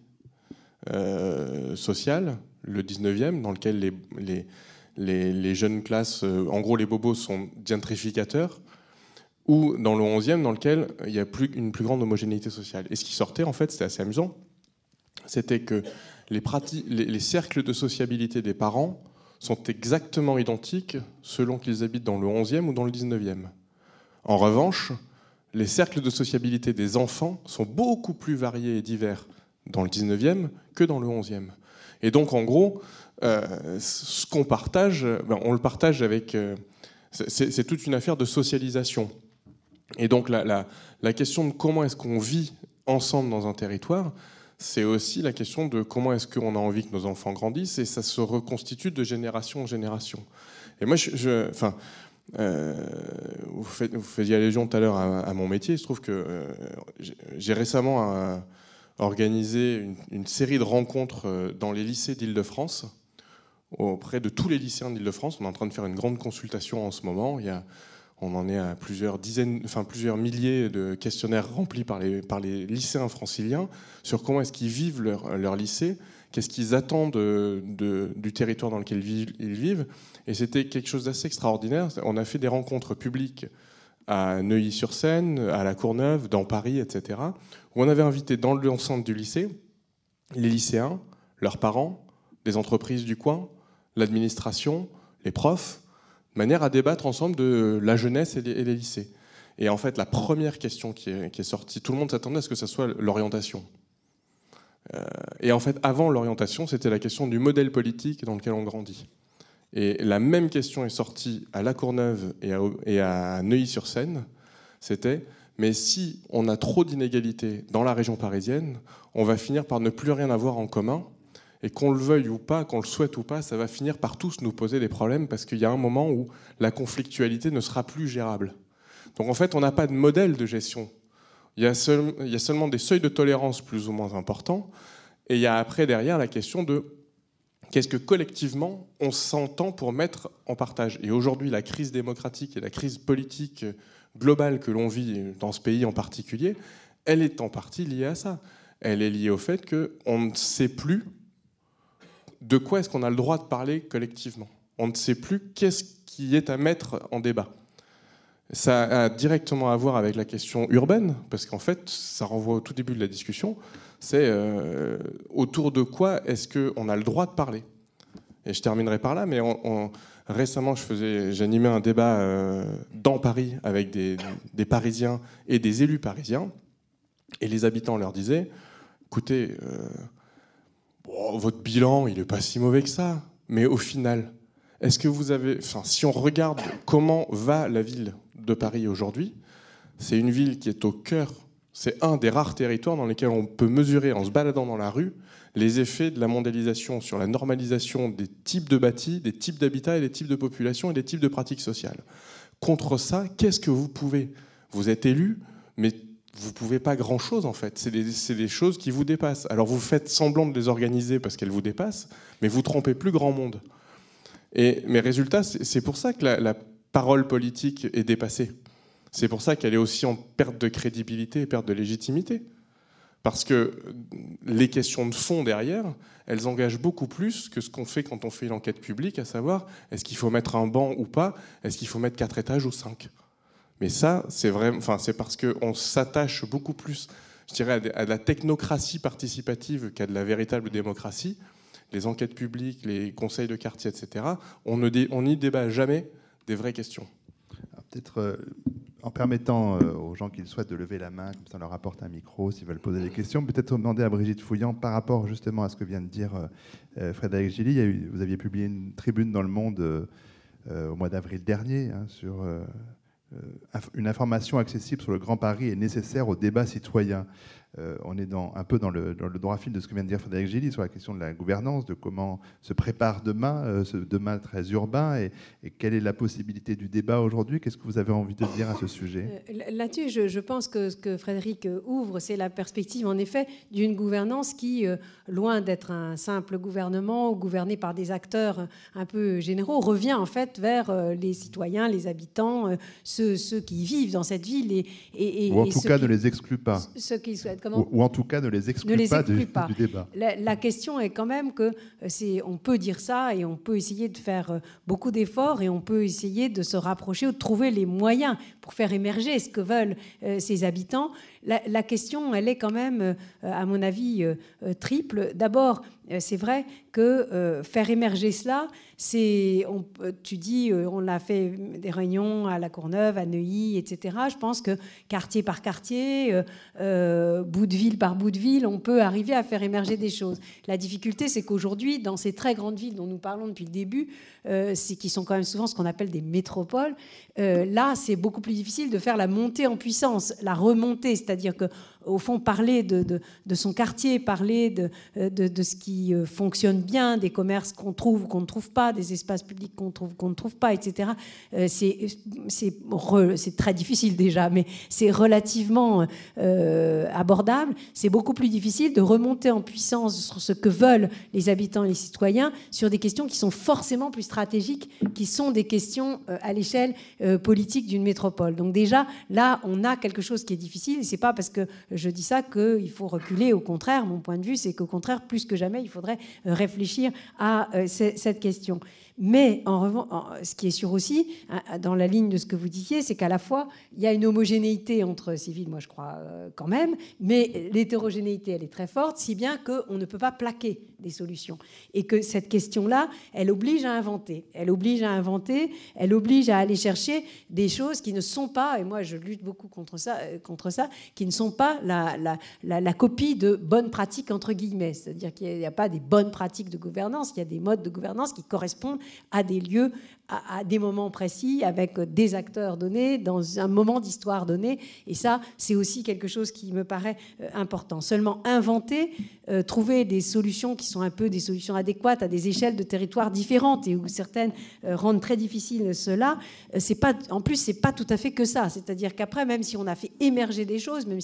Speaker 4: euh, sociale, le dix-neuvième, dans lequel les, les, les, les jeunes classes, euh, en gros les bobos sont gentrificateurs, ou dans le onzième, dans lequel il y a plus, une plus grande homogénéité sociale. Et ce qui sortait, en fait, c'était assez amusant, c'était que les, prati- les, les cercles de sociabilité des parents sont exactement identiques selon qu'ils habitent dans le onzième ou dans le dix-neuvième. En revanche, les cercles de sociabilité des enfants sont beaucoup plus variés et divers dans le dix-neuvième que dans le onzième. Et donc, en gros, euh, ce qu'on partage, ben, on le partage avec... Euh, c'est, c'est toute une affaire de socialisation. Et donc, la, la, la question de comment est-ce qu'on vit ensemble dans un territoire, c'est aussi la question de comment est-ce qu'on a envie que nos enfants grandissent, et ça se reconstitue de génération en génération. Et moi, je... je enfin, Euh, vous, faites, vous faisiez allusion tout à l'heure à, à mon métier. Il se trouve que euh, j'ai, j'ai récemment euh, organisé une, une série de rencontres dans les lycées d'Île-de-France, auprès de tous les lycéens d'Île-de-France. On est en train de faire une grande consultation en ce moment. Il y a, on en est à plusieurs dizaines, enfin plusieurs milliers de questionnaires remplis par les, par les lycéens franciliens sur comment est-ce qu'ils vivent leur, leur lycée, qu'est-ce qu'ils attendent de, de, du territoire dans lequel ils vivent. Et c'était quelque chose d'assez extraordinaire. On a fait des rencontres publiques à Neuilly-sur-Seine, à La Courneuve, dans Paris, et cetera, où on avait invité dans l'enceinte du lycée les lycéens, leurs parents, des entreprises du coin, l'administration, les profs, de manière à débattre ensemble de la jeunesse et les, et les lycées. Et en fait, la première question qui est, qui est sortie, tout le monde s'attendait à ce que ça soit l'orientation. Euh, et en fait, avant l'orientation, c'était la question du modèle politique dans lequel on grandit. Et la même question est sortie à La Courneuve et à, et à Neuilly-sur-Seine. C'était, mais si on a trop d'inégalités dans la région parisienne, on va finir par ne plus rien avoir en commun. Et qu'on le veuille ou pas, qu'on le souhaite ou pas, ça va finir par tous nous poser des problèmes parce qu'il y a un moment où la conflictualité ne sera plus gérable. Donc en fait, on n'a pas de modèle de gestion. Il y a, seul, il y a seulement des seuils de tolérance plus ou moins importants. Et il y a après, derrière, la question de Qu'est-ce que collectivement on s'entend pour mettre en partage? Et aujourd'hui, la crise démocratique et la crise politique globale que l'on vit dans ce pays en particulier, elle est en partie liée à ça. Elle est liée au fait qu'on ne sait plus de quoi est-ce qu'on a le droit de parler collectivement. On ne sait plus qu'est-ce qui est à mettre en débat. Ça a directement à voir avec la question urbaine, parce qu'en fait, ça renvoie au tout début de la discussion, c'est euh, autour de quoi est-ce qu'on a le droit de parler. Et je terminerai par là, mais on, on, récemment, je faisais, j'animais un débat euh, dans Paris avec des, des Parisiens et des élus parisiens, et les habitants leur disaient, écoutez, euh, bon, votre bilan, il n'est pas si mauvais que ça, mais au final, est-ce que vous avez, enfin, si on regarde comment va la ville de Paris aujourd'hui, c'est une ville qui est au cœur, c'est un des rares territoires dans lesquels on peut mesurer en se baladant dans la rue les effets de la mondialisation sur la normalisation des types de bâtis, des types d'habitats et des types de population et des types de pratiques sociales. Contre ça, qu'est-ce que vous pouvez? Vous êtes élu, mais vous ne pouvez pas grand-chose en fait. C'est des, c'est des choses qui vous dépassent. Alors vous faites semblant de les organiser parce qu'elles vous dépassent, mais vous trompez plus grand monde. Et mes résultats, c'est, c'est pour ça que la, la parole politique est dépassée. C'est pour ça qu'elle est aussi en perte de crédibilité et perte de légitimité. Parce que les questions de fond derrière, elles engagent beaucoup plus que ce qu'on fait quand on fait une enquête publique, à savoir, est-ce qu'il faut mettre un banc ou pas? Est-ce qu'il faut mettre quatre étages ou cinq? Mais ça, c'est vraiment, enfin, c'est parce qu'on s'attache beaucoup plus, je dirais, à de la technocratie participative qu'à de la véritable démocratie. Les enquêtes publiques, les conseils de quartier, et cetera, on ne dé, on n'y débat jamais des vraies questions.
Speaker 1: Alors, peut-être euh, en permettant euh, aux gens qui le souhaitent de lever la main, comme ça on leur apporte un micro s'ils veulent poser des questions, peut-être demander à Brigitte Fouillant par rapport justement à ce que vient de dire euh, Frédéric Gilly. Il y a eu, vous aviez publié une tribune dans Le Monde euh, au mois d'avril dernier hein, sur euh, une information accessible sur le Grand Paris est nécessaire au débat citoyen. Euh, on est dans, un peu dans le, dans le droit fil de ce que vient de dire Frédéric Gilly sur la question de la gouvernance, de comment se prépare demain, euh, ce demain très urbain, et, et quelle est la possibilité du débat aujourd'hui. Qu'est-ce que vous avez envie de dire à ce sujet?
Speaker 2: euh, Là-dessus, je, je pense que ce que Frédéric ouvre, c'est la perspective, en effet, d'une gouvernance qui, euh, loin d'être un simple gouvernement gouverné par des acteurs un peu généraux, revient en fait vers euh, les citoyens, les habitants, euh, ceux, ceux qui vivent dans cette ville. Et, et,
Speaker 1: Ou en
Speaker 2: et
Speaker 1: tout cas
Speaker 2: qui,
Speaker 1: ne les exclut pas.
Speaker 2: Ceux qui souhaitent.
Speaker 1: Ou, ou en tout cas ne les exclut,
Speaker 2: ne les
Speaker 1: pas,
Speaker 2: exclut
Speaker 1: du,
Speaker 2: pas
Speaker 1: du débat.
Speaker 2: La, la question est quand même que c'est, on peut dire ça et on peut essayer de faire beaucoup d'efforts et on peut essayer de se rapprocher ou de trouver les moyens pour faire émerger ce que veulent euh, ces habitants. La, la question, elle est quand même, euh, à mon avis, euh, euh, triple. D'abord, euh, c'est vrai que euh, faire émerger cela, c'est, on, tu dis, euh, on a fait des réunions à La Courneuve, à Neuilly, et cetera. Je pense que quartier par quartier, euh, euh, bout de ville par bout de ville, on peut arriver à faire émerger des choses. La difficulté, c'est qu'aujourd'hui, dans ces très grandes villes dont nous parlons depuis le début, euh, c'est, qui sont quand même souvent ce qu'on appelle des métropoles, euh, là, c'est beaucoup plus difficile de faire la montée en puissance, la remontée, c'est-à-dire que au fond, parler de, de, de son quartier, parler de, de, de ce qui fonctionne bien, des commerces qu'on trouve ou qu'on ne trouve pas, des espaces publics qu'on trouve ou qu'on ne trouve pas, et cetera. Euh, c'est, c'est, re, c'est très difficile déjà, mais c'est relativement euh, abordable. C'est beaucoup plus difficile de remonter en puissance sur ce que veulent les habitants et les citoyens sur des questions qui sont forcément plus stratégiques, qui sont des questions euh, à l'échelle euh, politique d'une métropole. Donc déjà, là, on a quelque chose qui est difficile, et c'est pas parce que je dis ça qu'il faut reculer. Au contraire, mon point de vue, c'est qu'au contraire, plus que jamais, il faudrait réfléchir à euh, cette question. Mais en revanche, ce qui est sûr aussi, dans la ligne de ce que vous disiez, c'est qu'à la fois, il y a une homogénéité entre ces villes, moi je crois quand même, mais l'hétérogénéité, elle est très forte, si bien qu'on ne peut pas plaquer des solutions. Et que cette question-là, elle oblige à inventer. Elle oblige à inventer, elle oblige à aller chercher des choses qui ne sont pas, et moi je lutte beaucoup contre ça, contre ça qui ne sont pas la, la, la, la copie de bonnes pratiques, entre guillemets. C'est-à-dire qu'il n'y a, a pas des bonnes pratiques de gouvernance, il y a des modes de gouvernance qui correspondent à des lieux, à, à des moments précis, avec des acteurs donnés, dans un moment d'histoire donné. Et ça, c'est aussi quelque chose qui me paraît euh, important. Seulement inventer, euh, trouver des solutions qui sont un peu des solutions adéquates à des échelles de territoires différentes et où certaines euh, rendent très difficile cela. Euh, c'est pas, en plus, c'est pas tout à fait que ça. C'est-à-dire qu'après, même si on a fait émerger des choses, même si on a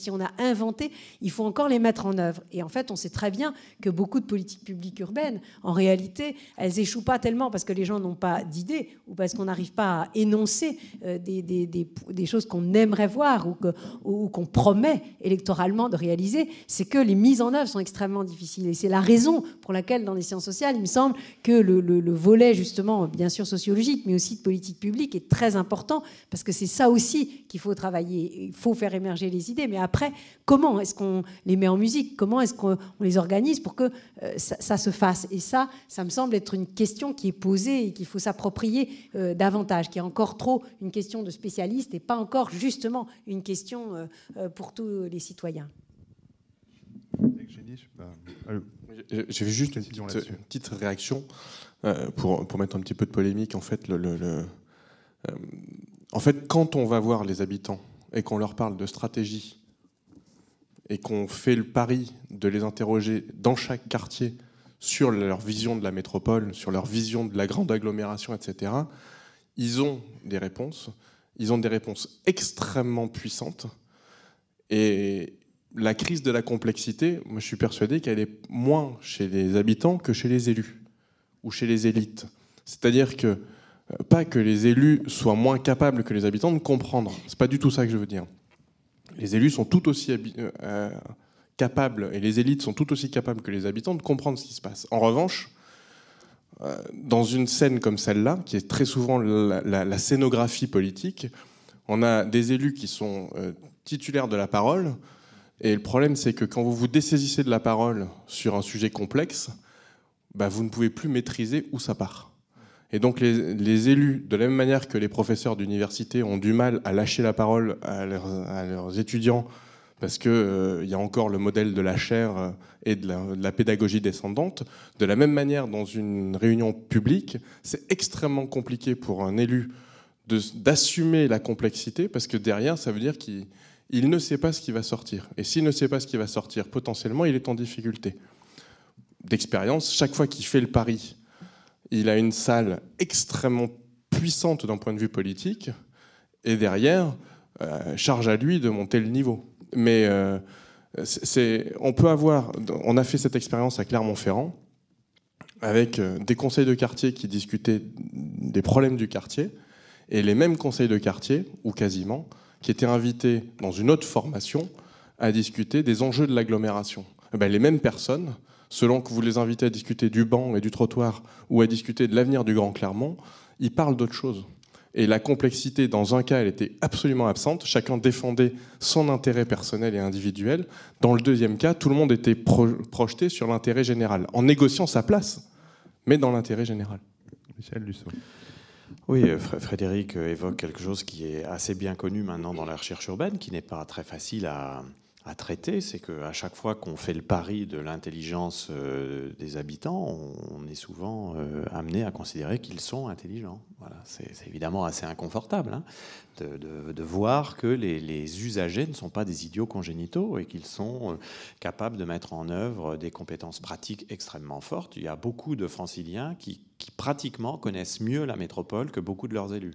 Speaker 2: inventées, il faut encore les mettre en œuvre. Et en fait, on sait très bien que beaucoup de politiques publiques urbaines, en réalité, elles échouent pas tellement parce que les gens n'ont pas d'idées ou parce qu'on n'arrive pas à énoncer euh, des, des, des, des choses qu'on aimerait voir ou, que, ou qu'on promet électoralement de réaliser, c'est que les mises en œuvre sont extrêmement difficiles. Et c'est la raison pour laquelle, dans les sciences sociales, il me semble que le, le, le volet, justement, bien sûr sociologique, mais aussi de politique publique, est très important, parce que c'est ça aussi qu'il faut travailler. Il faut faire émerger les idées. Mais après, comment est-ce qu'on les met en musique? Comment est-ce qu'on les organise pour que euh, ça, ça se fasse? Et ça, ça me semble être une question qui est posée et qu'il faut s'approprier euh, davantage, qui est encore trop une question de spécialistes et pas encore, justement, une question euh, euh, pour tous les citoyens.
Speaker 4: J'ai juste une petite, une petite réaction euh, pour, pour mettre un petit peu de polémique. En fait, le, le, le, euh, en fait, quand on va voir les habitants et qu'on leur parle de stratégie et qu'on fait le pari de les interroger dans chaque quartier sur leur vision de la métropole, sur leur vision de la grande agglomération, et cetera, ils ont des réponses. Ils ont des réponses extrêmement puissantes. Et la crise de la complexité, moi je suis persuadé qu'elle est moins chez les habitants que chez les élus ou chez les élites. C'est-à-dire que, pas que les élus soient moins capables que les habitants de comprendre. C'est pas du tout ça que je veux dire. Les élus sont tout aussi euh, capables, et les élites sont tout aussi capables que les habitants de comprendre ce qui se passe. En revanche, euh, dans une scène comme celle-là, qui est très souvent la, la, la scénographie politique, on a des élus qui sont euh, titulaires de la parole. Et le problème, c'est que quand vous vous dessaisissez de la parole sur un sujet complexe, bah, vous ne pouvez plus maîtriser où ça part. Et donc les, les élus, de la même manière que les professeurs d'université ont du mal à lâcher la parole à leurs, à leurs étudiants, parce qu'il euh, y a encore le modèle de la chaire et de la, de la pédagogie descendante, de la même manière, dans une réunion publique, c'est extrêmement compliqué pour un élu de, d'assumer la complexité, parce que derrière, ça veut dire qu'il il ne sait pas ce qui va sortir. Et s'il ne sait pas ce qui va sortir, potentiellement, il est en difficulté. D'expérience, chaque fois qu'il fait le pari, il a une salle extrêmement puissante d'un point de vue politique, et derrière, euh, charge à lui de monter le niveau. Mais euh, c'est, on peut avoir, on a fait cette expérience à Clermont-Ferrand, avec des conseils de quartier qui discutaient des problèmes du quartier, et les mêmes conseils de quartier, ou quasiment, qui étaient invités dans une autre formation à discuter des enjeux de l'agglomération. Et bien, les mêmes personnes, selon que vous les invitez à discuter du banc et du trottoir ou à discuter de l'avenir du Grand Clermont, ils parlent d'autre chose. Et la complexité, dans un cas, elle était absolument absente. Chacun défendait son intérêt personnel et individuel. Dans le deuxième cas, tout le monde était pro- projeté sur l'intérêt général, en négociant sa place, mais dans l'intérêt général.
Speaker 1: Michel Lusseau.
Speaker 5: Oui, Frédéric évoque quelque chose qui est assez bien connu maintenant dans la recherche urbaine, qui n'est pas très facile à, à traiter. C'est qu'à chaque fois qu'on fait le pari de l'intelligence des habitants, on est souvent amené à considérer qu'ils sont intelligents. Voilà, c'est, c'est évidemment assez inconfortable hein, de, de, de voir que les, les usagers ne sont pas des idiots congénitaux et qu'ils sont capables de mettre en œuvre des compétences pratiques extrêmement fortes. Il y a beaucoup de franciliens qui qui pratiquement connaissent mieux la métropole que beaucoup de leurs élus.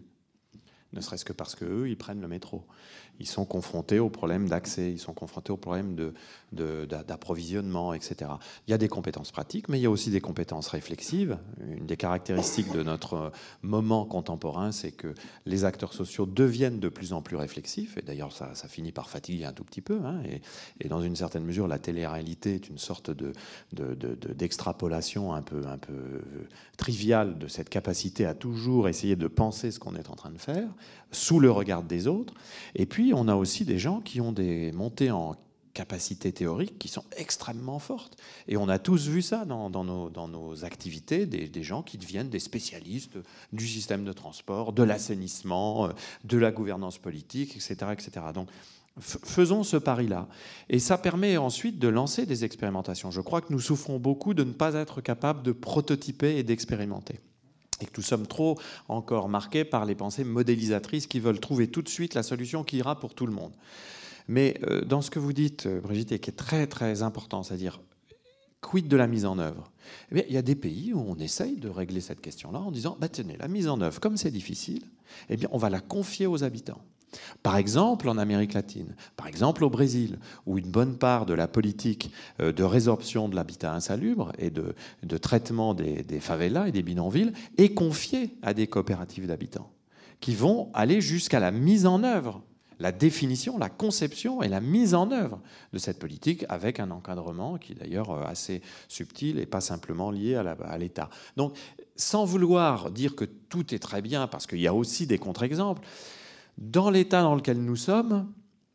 Speaker 5: Ne serait-ce que parce qu'eux, ils prennent le métro. Ils sont confrontés aux problèmes d'accès, ils sont confrontés aux problèmes de, de, d'approvisionnement, et cetera. Il y a des compétences pratiques, mais il y a aussi des compétences réflexives. Une des caractéristiques de notre moment contemporain, c'est que les acteurs sociaux deviennent de plus en plus réflexifs, et d'ailleurs ça, ça finit par fatiguer un tout petit peu, hein, et, et dans une certaine mesure, la télé-réalité est une sorte de, de, de, de, d'extrapolation un peu, un peu triviale de cette capacité à toujours essayer de penser ce qu'on est en train de faire, sous le regard des autres. Et puis, on a aussi des gens qui ont des montées en capacités théoriques qui sont extrêmement fortes. Et on a tous vu ça dans, dans, nos, dans nos activités, des, des gens qui deviennent des spécialistes du système de transport, de l'assainissement, de la gouvernance politique, et cetera, et cetera. Donc, faisons ce pari-là. Et ça permet ensuite de lancer des expérimentations. Je crois que nous souffrons beaucoup de ne pas être capables de prototyper et d'expérimenter. Et que nous sommes trop encore marqués par les pensées modélisatrices qui veulent trouver tout de suite la solution qui ira pour tout le monde. Mais euh, dans ce que vous dites, Brigitte, et qui est très très important, c'est-à-dire quid de la mise en œuvre, eh bien, il y a des pays où on essaye de régler cette question-là en disant bah, tenez, la mise en œuvre, comme c'est difficile, eh bien, on va la confier aux habitants. Par exemple, en Amérique latine, par exemple au Brésil, où une bonne part de la politique de résorption de l'habitat insalubre et de, de traitement des, des favelas et des bidonvilles est confiée à des coopératives d'habitants qui vont aller jusqu'à la mise en œuvre, la définition, la conception et la mise en œuvre de cette politique avec un encadrement qui est d'ailleurs assez subtil et pas simplement lié à, la, à l'État. Donc, sans vouloir dire que tout est très bien, parce qu'il y a aussi des contre-exemples, dans l'état dans lequel nous sommes,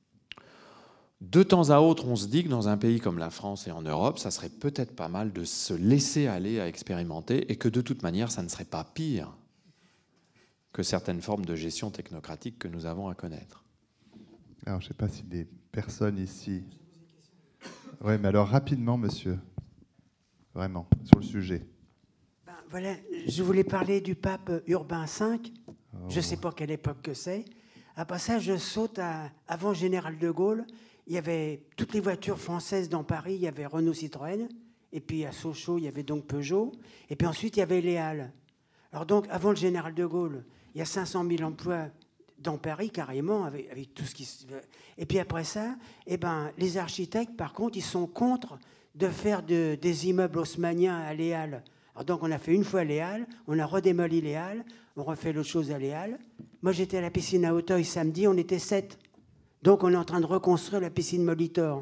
Speaker 5: de temps à autre, on se dit que dans un pays comme la France et en Europe, ça serait peut-être pas mal de se laisser aller à expérimenter et que de toute manière, ça ne serait pas pire que certaines formes de gestion technocratique que nous avons à connaître.
Speaker 1: Alors, je ne sais pas si des personnes ici... Oui, mais alors rapidement, monsieur, vraiment, sur le sujet.
Speaker 6: Ben, voilà, je voulais parler du pape Urbain cinq.
Speaker 1: Oh.
Speaker 6: Je ne sais pas quelle époque que c'est. Après ça, je saute à, avant Général de Gaulle. Il y avait toutes les voitures françaises dans Paris. Il y avait Renault, Citroën. Et puis à Sochaux, il y avait donc Peugeot. Et puis ensuite, il y avait les Halles. Alors donc, avant le Général de Gaulle, il y a cinq cent mille emplois dans Paris, carrément, avec, avec tout ce qui se... Et puis après ça, eh ben, les architectes, par contre, ils sont contre de faire de, des immeubles haussmanniens à Les Halles. Alors donc, on a fait une fois Les Halles, on a redémoli Les Halles, on refait l'autre chose à Les Halles. Moi, j'étais à la piscine à Auteuil samedi, on était sept. Donc, on est en train de reconstruire la piscine Molitor.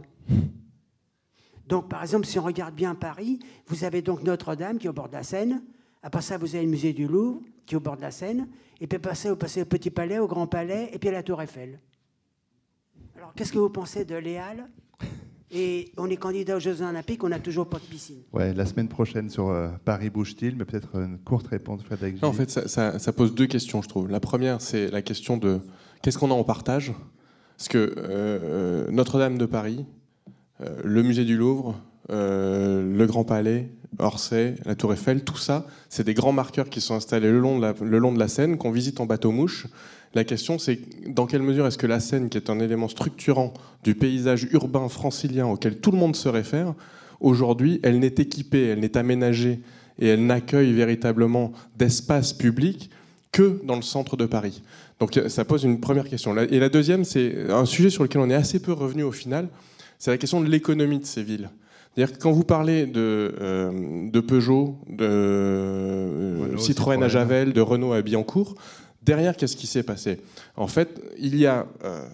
Speaker 6: Donc, par exemple, si on regarde bien Paris, vous avez donc Notre-Dame qui est au bord de la Seine. Après ça, vous avez le musée du Louvre qui est au bord de la Seine. Et puis, passer au, passer au Petit Palais, au Grand Palais, et puis à la Tour Eiffel. Alors, qu'est-ce que vous pensez de Les Halles? Et on est candidat aux Jeux Olympiques, on n'a toujours pas de piscine.
Speaker 1: Ouais, la semaine prochaine sur euh, Paris bouge-t-il, mais peut-être une courte réponse, Frédéric.
Speaker 4: Non, en fait, ça, ça, ça pose deux questions, je trouve. La première, c'est la question de qu'est-ce qu'on a en partage? Parce que euh, Notre-Dame de Paris, euh, le musée du Louvre, euh, le Grand Palais, Orsay, la Tour Eiffel, tout ça, c'est des grands marqueurs qui sont installés le long de la, le long de la Seine, qu'on visite en bateau-mouche. La question, c'est dans quelle mesure est-ce que la Seine, qui est un élément structurant du paysage urbain francilien auquel tout le monde se réfère, aujourd'hui, elle n'est équipée, elle n'est aménagée et elle n'accueille véritablement d'espace public que dans le centre de Paris. Donc ça pose une première question. Et la deuxième, c'est un sujet sur lequel on est assez peu revenu au final, c'est la question de l'économie de ces villes. C'est-à-dire que quand vous parlez de, euh, de Peugeot, de euh, Renault, Citroën, Citroën à Javel, de Renault à Billancourt, derrière, qu'est-ce qui s'est passé? En fait, il y a, euh,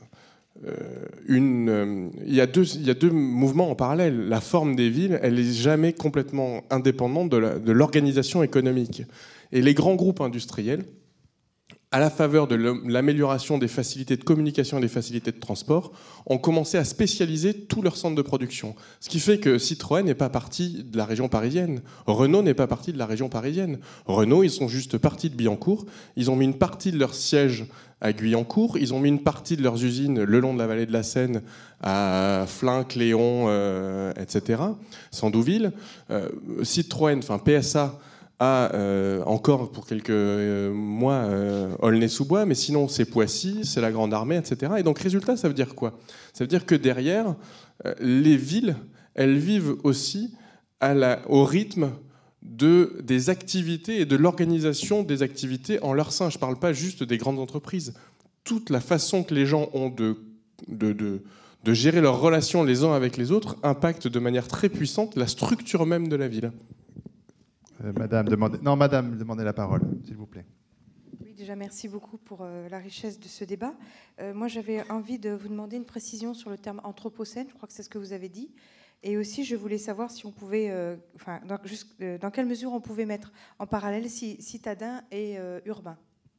Speaker 4: une, euh, il, y a deux, il y a deux mouvements en parallèle. La forme des villes, elle n'est jamais complètement indépendante de, la, de l'organisation économique. Et les grands groupes industriels, à la faveur de l'amélioration des facilités de communication et des facilités de transport, ont commencé à spécialiser tous leurs centres de production. Ce qui fait que Citroën n'est pas parti de la région parisienne. Renault n'est pas parti de la région parisienne. Renault, ils sont juste partis de Billancourt. Ils ont mis une partie de leur siège à Guyancourt. Ils ont mis une partie de leurs usines le long de la vallée de la Seine à Flins, Cléon, euh, et cetera, Sandouville. Euh, Citroën, enfin P S A, a euh, encore pour quelques euh, mois euh, Aulnay-sous-Bois, mais sinon c'est Poissy, c'est la Grande Armée, et cetera. Et donc résultat, ça veut dire quoi? Ça veut dire que derrière, euh, les villes, elles vivent aussi à la, au rythme de, des activités et de l'organisation des activités en leur sein. Je ne parle pas juste des grandes entreprises. Toute la façon que les gens ont de, de, de, de gérer leurs relations les uns avec les autres impacte de manière très puissante la structure même de la ville.
Speaker 1: Euh, madame, demandez... Non, madame, demandez la parole, s'il vous plaît.
Speaker 7: Oui, déjà, merci beaucoup pour euh, la richesse de ce débat. Euh, moi, j'avais envie de vous demander une précision sur le terme anthropocène. Je crois que c'est ce que vous avez dit. Et aussi, je voulais savoir si on pouvait, euh, enfin, dans, juste, euh, dans quelle mesure on pouvait mettre en parallèle si, citadin et euh, urbain.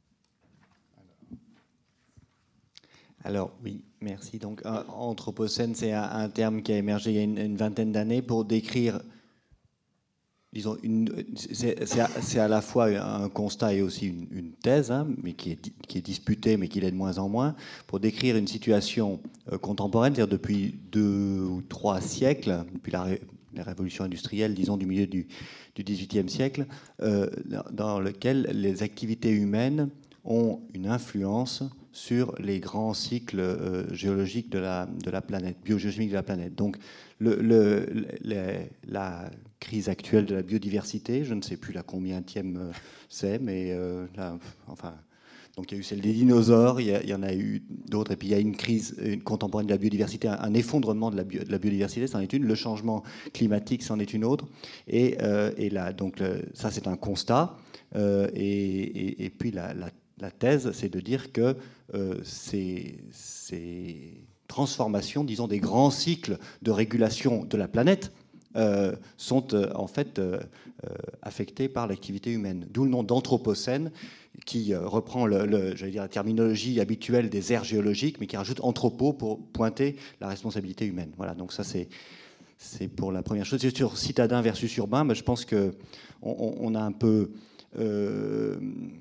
Speaker 3: Alors, oui, merci. Donc, euh, anthropocène, c'est un, un terme qui a émergé il y a une, une vingtaine d'années pour décrire... Disons, une, c'est, c'est, à, c'est à la fois un constat et aussi une, une thèse, hein, mais qui est, qui est disputée, mais qui l'est de moins en moins, pour décrire une situation euh, contemporaine, c'est-à-dire depuis deux ou trois siècles, depuis la, ré, la révolution industrielle, disons, du milieu du, du dix-huitième siècle, euh, dans lequel les activités humaines ont une influence sur les grands cycles euh, géologiques de la, de la planète, biogéochimiques de la planète. Donc, le, le, le, la crise actuelle de la biodiversité, je ne sais plus la combientième c'est, mais euh, là, enfin, Donc il y a eu celle des dinosaures, il y, a, il y en a eu d'autres, et puis il y a une crise une contemporaine de la biodiversité, un, un effondrement de la, bio, de la biodiversité, c'en est une, le changement climatique, c'en est une autre. Et, euh, et là, donc le, ça c'est un constat. Euh, et, et, et puis la, la, la thèse, c'est de dire que euh, ces, ces transformations, disons des grands cycles de régulation de la planète, Euh, sont euh, en fait euh, euh, affectés par l'activité humaine. D'où le nom d'anthropocène, qui euh, reprend le, le, j'allais dire, la terminologie habituelle des aires géologiques, mais qui rajoute anthropo pour pointer la responsabilité humaine. Voilà, donc ça c'est, c'est pour la première chose. Sur citadin versus urbain, mais je pense qu'on on a un peu euh,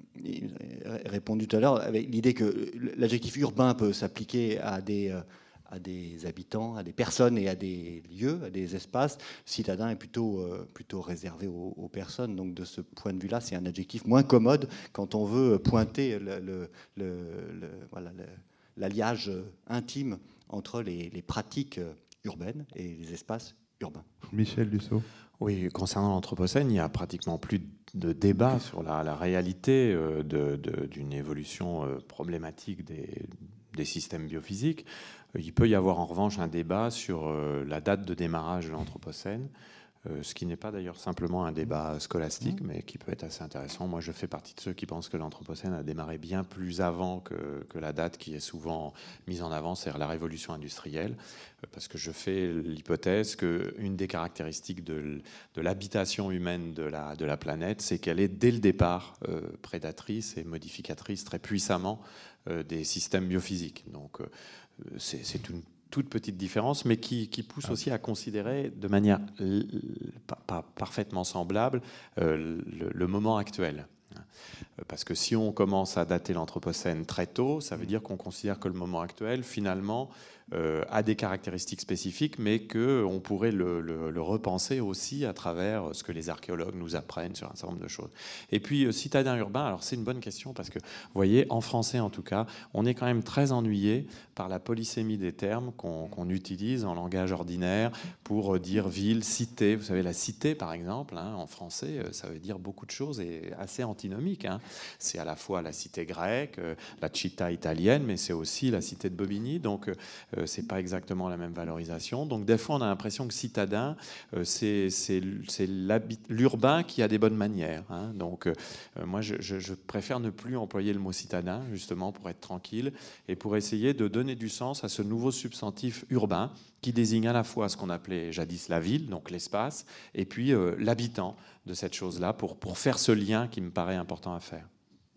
Speaker 3: répondu tout à l'heure avec l'idée que l'adjectif urbain peut s'appliquer à des... Euh, à des habitants, à des personnes et à des lieux, à des espaces. Citadin est plutôt, euh, plutôt réservé aux, aux personnes. Donc de ce point de vue-là, c'est un adjectif moins commode quand on veut pointer le, le, le, le, voilà, le, l'alliage intime entre les, les pratiques urbaines et les espaces urbains.
Speaker 1: Michel Dussault.
Speaker 5: Oui, concernant l'Anthropocène, il n'y a pratiquement plus de débat sur la, la réalité euh, de, de, d'une évolution euh, problématique des, des systèmes biophysiques. Il peut y avoir en revanche un débat sur euh, la date de démarrage de l'Anthropocène, euh, ce qui n'est pas d'ailleurs simplement un débat scolastique, mais qui peut être assez intéressant. Moi, je fais partie de ceux qui pensent que l'Anthropocène a démarré bien plus avant que, que la date qui est souvent mise en avant, c'est-à-dire la révolution industrielle, parce que je fais l'hypothèse qu'une des caractéristiques de, de l'habitation humaine de la, de la planète, c'est qu'elle est dès le départ euh, prédatrice et modificatrice très puissamment euh, des systèmes biophysiques. Donc, euh, c'est, c'est une toute petite différence, mais qui, qui pousse aussi à considérer de manière l- pas, pas parfaitement semblable euh, le, le moment actuel. Parce que si on commence à dater l'Anthropocène très tôt, ça veut dire qu'on considère que le moment actuel, finalement, euh, a des caractéristiques spécifiques, mais qu'on pourrait le, le, le repenser aussi à travers ce que les archéologues nous apprennent sur un certain nombre de choses. Et puis, euh, citadin urbain, alors c'est une bonne question, parce que, vous voyez, en français en tout cas, on est quand même très ennuyé par la polysémie des termes qu'on, qu'on utilise en langage ordinaire pour dire ville, cité. Vous savez, la cité, par exemple, hein, en français, ça veut dire beaucoup de choses et assez antinomique. Hein. C'est à la fois la cité grecque, euh, la città italienne, mais c'est aussi la cité de Bobigny. Donc, euh, c'est pas exactement la même valorisation. Donc, des fois, on a l'impression que citadin, euh, c'est, c'est, c'est l'urbain qui a des bonnes manières. Hein. Donc, euh, moi, je, je, je préfère ne plus employer le mot citadin, justement, pour être tranquille et pour essayer de donner du sens à ce nouveau substantif urbain qui désigne à la fois ce qu'on appelait jadis la ville, donc l'espace, et puis euh, l'habitant de cette chose-là, pour, pour faire ce lien qui me paraît important à faire.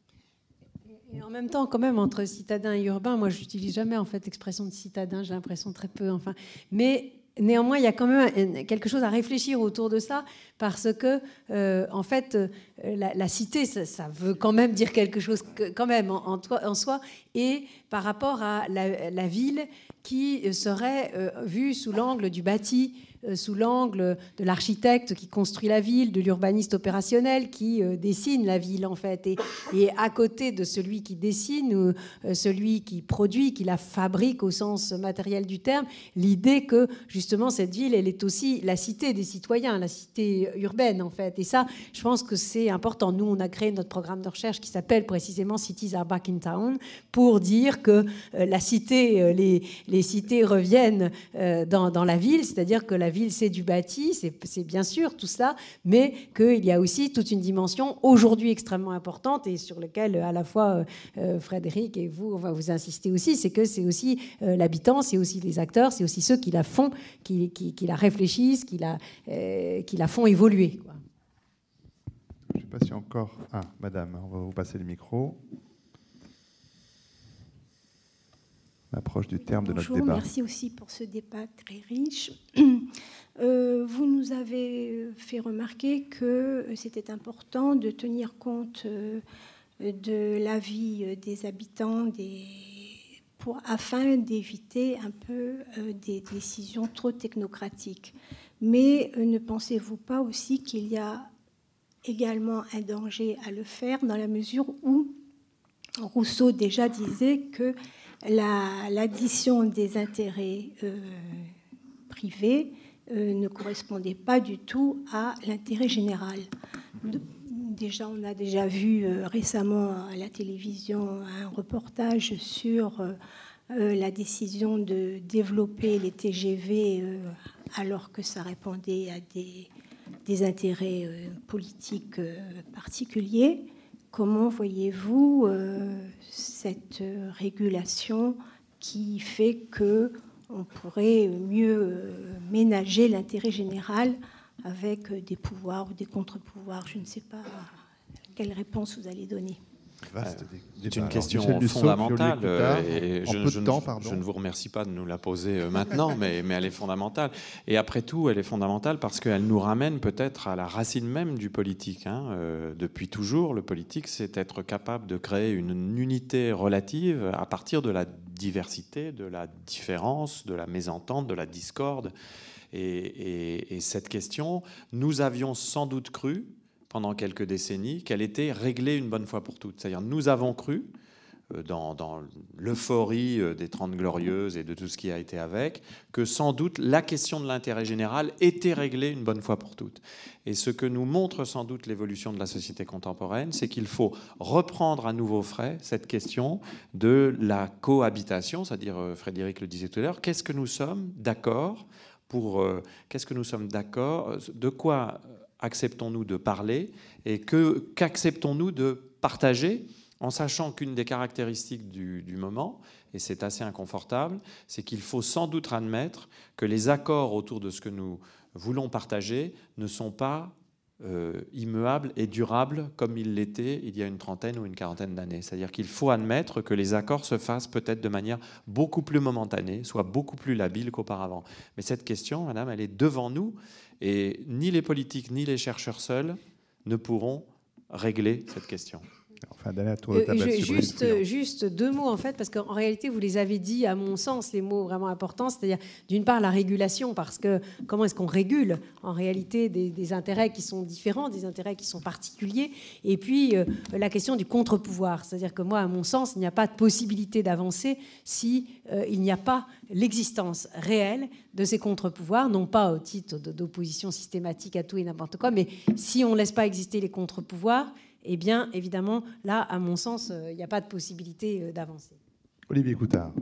Speaker 2: Et en même temps, quand même, entre citadin et urbain, moi, je n'utilise jamais en fait l'expression de citadin, j'ai l'impression très peu, enfin. Mais néanmoins, il y a quand même quelque chose à réfléchir autour de ça, parce que, euh, en fait, euh, la, la cité, ça, ça veut quand même dire quelque chose, que, quand même, en, en, toi, en soi, et par rapport à la, la ville qui serait euh, vue sous l'angle du bâti, euh, sous l'angle de l'architecte qui construit la ville, de l'urbaniste opérationnel qui euh, dessine la ville, en fait. Et, et à côté de celui qui dessine, ou euh, celui qui produit, qui la fabrique au sens matériel du terme, l'idée que, justement, cette ville, elle est aussi la cité des citoyens, la cité urbaine, en fait. Et ça, je pense que c'est important. Nous, on a créé notre programme de recherche qui s'appelle précisément Cities Are Back in Town, pour dire que euh, la cité, euh, les, les cités reviennent euh, dans, dans la ville, c'est-à-dire que la ville, c'est du bâti, c'est, c'est bien sûr tout ça, mais qu'il y a aussi toute une dimension aujourd'hui extrêmement importante et sur laquelle à la fois euh, Frédéric et vous, on va vous insister aussi, c'est que c'est aussi euh, l'habitant, c'est aussi les acteurs, c'est aussi ceux qui la font, qui, qui, qui la réfléchissent, qui la, euh, qui la font évoluer, quoi.
Speaker 1: Je ne sais pas si encore... Ah, madame, on va vous passer le micro. L'approche du terme de
Speaker 8: Bonjour,
Speaker 1: notre débat.
Speaker 8: Merci aussi pour ce débat très riche. Euh, vous nous avez fait remarquer que c'était important de tenir compte de l'avis des habitants des, pour, afin d'éviter un peu des décisions trop technocratiques. Mais ne pensez-vous pas aussi qu'il y a également un danger à le faire dans la mesure où Rousseau déjà disait que La, l'addition des intérêts euh, privés euh, ne correspondait pas du tout à l'intérêt général. déjà, on a déjà vu euh, récemment à la télévision un reportage sur euh, euh, la décision de développer les T G V euh, alors que ça répondait à des, des intérêts euh, politiques euh, particuliers. Comment voyez-vous euh, cette euh, régulation qui fait qu'on pourrait mieux euh, ménager l'intérêt général avec des pouvoirs ou des contre-pouvoirs? Je ne sais pas quelle réponse vous allez donner.
Speaker 1: Vaste
Speaker 5: C'est une question fondamentale et je, je, temps, je ne vous remercie pas de nous la poser maintenant, mais, mais elle est fondamentale. Et après tout, elle est fondamentale parce qu'elle nous ramène peut-être à la racine même du politique. Hein. Euh, depuis toujours, le politique, c'est être capable de créer une unité relative à partir de la diversité, de la différence, de la mésentente, de la discorde. Et, et, et cette question, nous avions sans doute cru, pendant quelques décennies, qu'elle était réglée une bonne fois pour toutes. C'est-à-dire, nous avons cru, dans, dans l'euphorie des Trente Glorieuses et de tout ce qui a été avec, que sans doute la question de l'intérêt général était réglée une bonne fois pour toutes. Et ce que nous montre sans doute l'évolution de la société contemporaine, c'est qu'il faut reprendre à nouveau frais cette question de la cohabitation, c'est-à-dire, Frédéric le disait tout à l'heure, qu'est-ce que nous sommes d'accord pour, euh, qu'est-ce que nous sommes d'accord, de quoi acceptons-nous de parler et que, qu'acceptons-nous de partager, en sachant qu'une des caractéristiques du, du moment, et c'est assez inconfortable, c'est qu'il faut sans doute admettre que les accords autour de ce que nous voulons partager ne sont pas euh, immuables et durables comme ils l'étaient il y a une trentaine ou une quarantaine d'années. C'est-à-dire qu'il faut admettre que les accords se fassent peut-être de manière beaucoup plus momentanée, soit beaucoup plus labile qu'auparavant. Mais cette question, madame, elle est devant nous. Et ni les politiques ni les chercheurs seuls ne pourront régler cette question.
Speaker 1: Enfin, dernier tour de table
Speaker 2: euh, juste, juste deux mots, en fait, parce qu'en réalité, vous les avez dit, à mon sens, les mots vraiment importants, c'est-à-dire, d'une part, la régulation, parce que comment est-ce qu'on régule, en réalité, des, des intérêts qui sont différents, des intérêts qui sont particuliers, et puis euh, la question du contre-pouvoir. C'est-à-dire que moi, à mon sens, il n'y a pas de possibilité d'avancer si euh, il n'y a pas l'existence réelle de ces contre-pouvoirs, non pas au titre d'opposition systématique à tout et n'importe quoi, mais si on ne laisse pas exister les contre-pouvoirs, eh bien, évidemment, là, à mon sens, il euh, n'y a pas de possibilité euh, d'avancer.
Speaker 1: Olivier Coutard.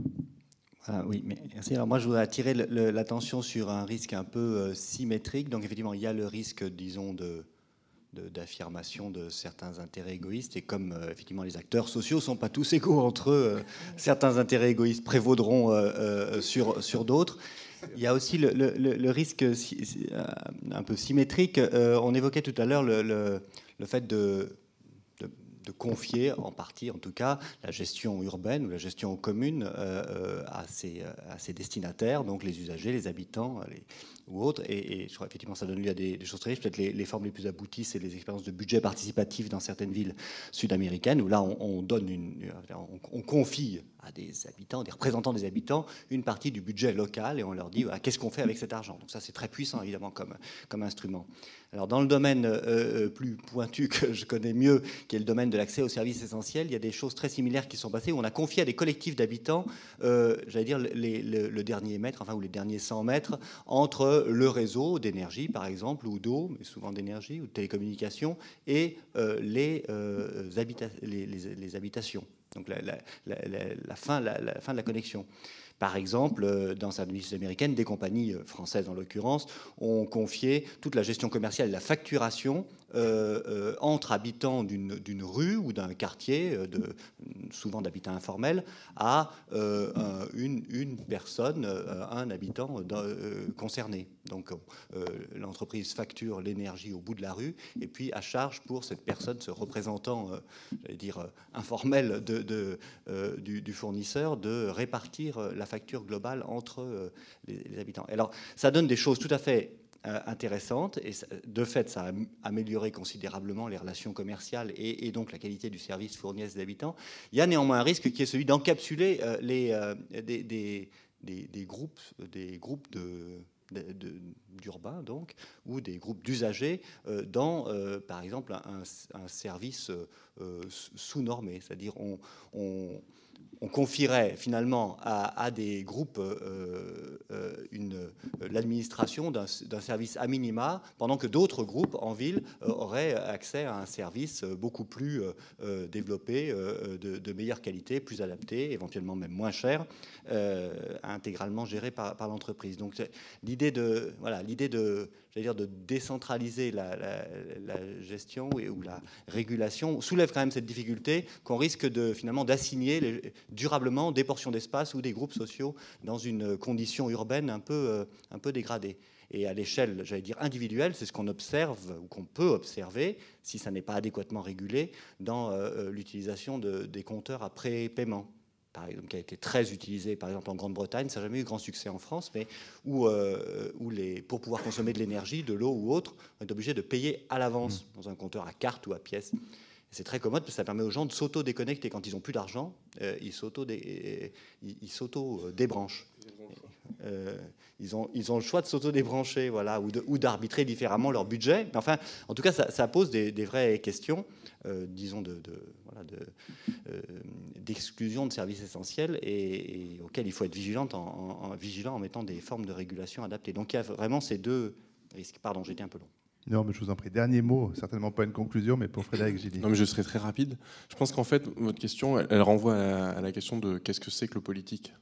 Speaker 3: Ah, oui, mais merci. Alors moi, je voudrais attirer le, le, l'attention sur un risque un peu euh, symétrique. Donc, effectivement, il y a le risque, disons, de, de, d'affirmation de certains intérêts égoïstes. Et comme, euh, effectivement, les acteurs sociaux ne sont pas tous égaux entre eux, euh, certains intérêts égoïstes prévaudront euh, euh, sur, sur d'autres. Il y a aussi le, le, le risque un peu symétrique. Euh, on évoquait tout à l'heure le, le, le fait de... de confier, en partie en tout cas, la gestion urbaine ou la gestion commune euh, à, ses, à ses destinataires, donc les usagers, les habitants les, ou autres. Et, et je crois effectivement ça donne lieu à des, des choses très riches. Peut-être les, les formes les plus abouties, c'est les expériences de budget participatif dans certaines villes sud-américaines, où là on, on donne une, on, on confie à des habitants, des représentants des habitants, une partie du budget local et on leur dit voilà, qu'est-ce qu'on fait avec cet argent. Donc ça c'est très puissant évidemment comme, comme instrument. Alors dans le domaine euh, plus pointu que je connais mieux, qui est le domaine de l'accès aux services essentiels, il y a des choses très similaires qui sont passées où on a confié à des collectifs d'habitants, euh, j'allais dire les, le, le dernier mètre, enfin ou les derniers cent mètres entre le réseau d'énergie par exemple ou d'eau, mais souvent d'énergie ou de télécommunications et euh, les, euh, habita- les, les, les habitations. Donc la, la, la, la, fin, la, la fin de la connexion. Par exemple, dans certaines villes américaines, des compagnies françaises en l'occurrence ont confié toute la gestion commerciale et la facturation euh, euh, entre habitants d'une, d'une rue ou d'un quartier, de, souvent d'habitats informels, à euh, un, une, une personne, un habitant euh, concerné. Donc euh, l'entreprise facture l'énergie au bout de la rue et puis à charge pour cette personne, ce représentant, euh, j'allais dire, informel de, de, euh, du, du fournisseur, de répartir la facture globale entre euh, les, les habitants. Alors ça donne des choses tout à fait euh, intéressantes et ça, de fait ça a amélioré considérablement les relations commerciales et, et donc la qualité du service fourni à ses habitants. Il y a néanmoins un risque qui est celui d'encapsuler euh, les, euh, des, des, des, des groupes, des groupes de De, de, d'urbains donc ou des groupes d'usagers euh, dans euh, par exemple un, un service euh, sous-normé, c'est-à-dire on, on on confierait finalement à, à des groupes euh, euh, une, l'administration d'un, d'un service à minima, pendant que d'autres groupes en ville euh, auraient accès à un service beaucoup plus euh, développé, euh, de, de meilleure qualité, plus adapté, éventuellement même moins cher, euh, intégralement géré par, par l'entreprise. Donc l'idée de, voilà, l'idée de, j'allais dire, de décentraliser la, la, la gestion ou la régulation soulève quand même cette difficulté qu'on risque de, finalement d'assigner les, durablement des portions d'espace ou des groupes sociaux dans une condition urbaine un peu, euh, un peu dégradée. Et à l'échelle, j'allais dire, individuelle, c'est ce qu'on observe ou qu'on peut observer, si ça n'est pas adéquatement régulé, dans euh, l'utilisation de, des compteurs après paiement. Par exemple, qui a été très utilisé, par exemple, en Grande-Bretagne. Ça n'a jamais eu grand succès en France, mais où, euh, où les, pour pouvoir consommer de l'énergie, de l'eau ou autre, on est obligé de payer à l'avance dans un compteur à carte ou à pièce. C'est très commode parce que ça permet aux gens de s'auto-déconnecter. Quand ils n'ont plus d'argent, euh, ils s'auto-débranchent. Euh, ils, ont, ils ont le choix de s'auto-débrancher, voilà, ou, de, ou d'arbitrer différemment leur budget. Mais enfin, en tout cas, ça, ça pose des, des vraies questions, euh, disons, de, de, voilà, de, euh, d'exclusion de services essentiels et, et auxquels il faut être vigilant en, en, vigilant en mettant des formes de régulation adaptées. Donc il y a vraiment ces deux risques. Pardon, j'étais un peu long.
Speaker 1: Non, mais je vous en prie. Dernier mot, certainement pas une conclusion, mais pour Frédéric Gilly.
Speaker 4: Non, mais je serai très rapide. Je pense qu'en fait, votre question, elle, elle renvoie à la, à la question de qu'est-ce que c'est que le politique.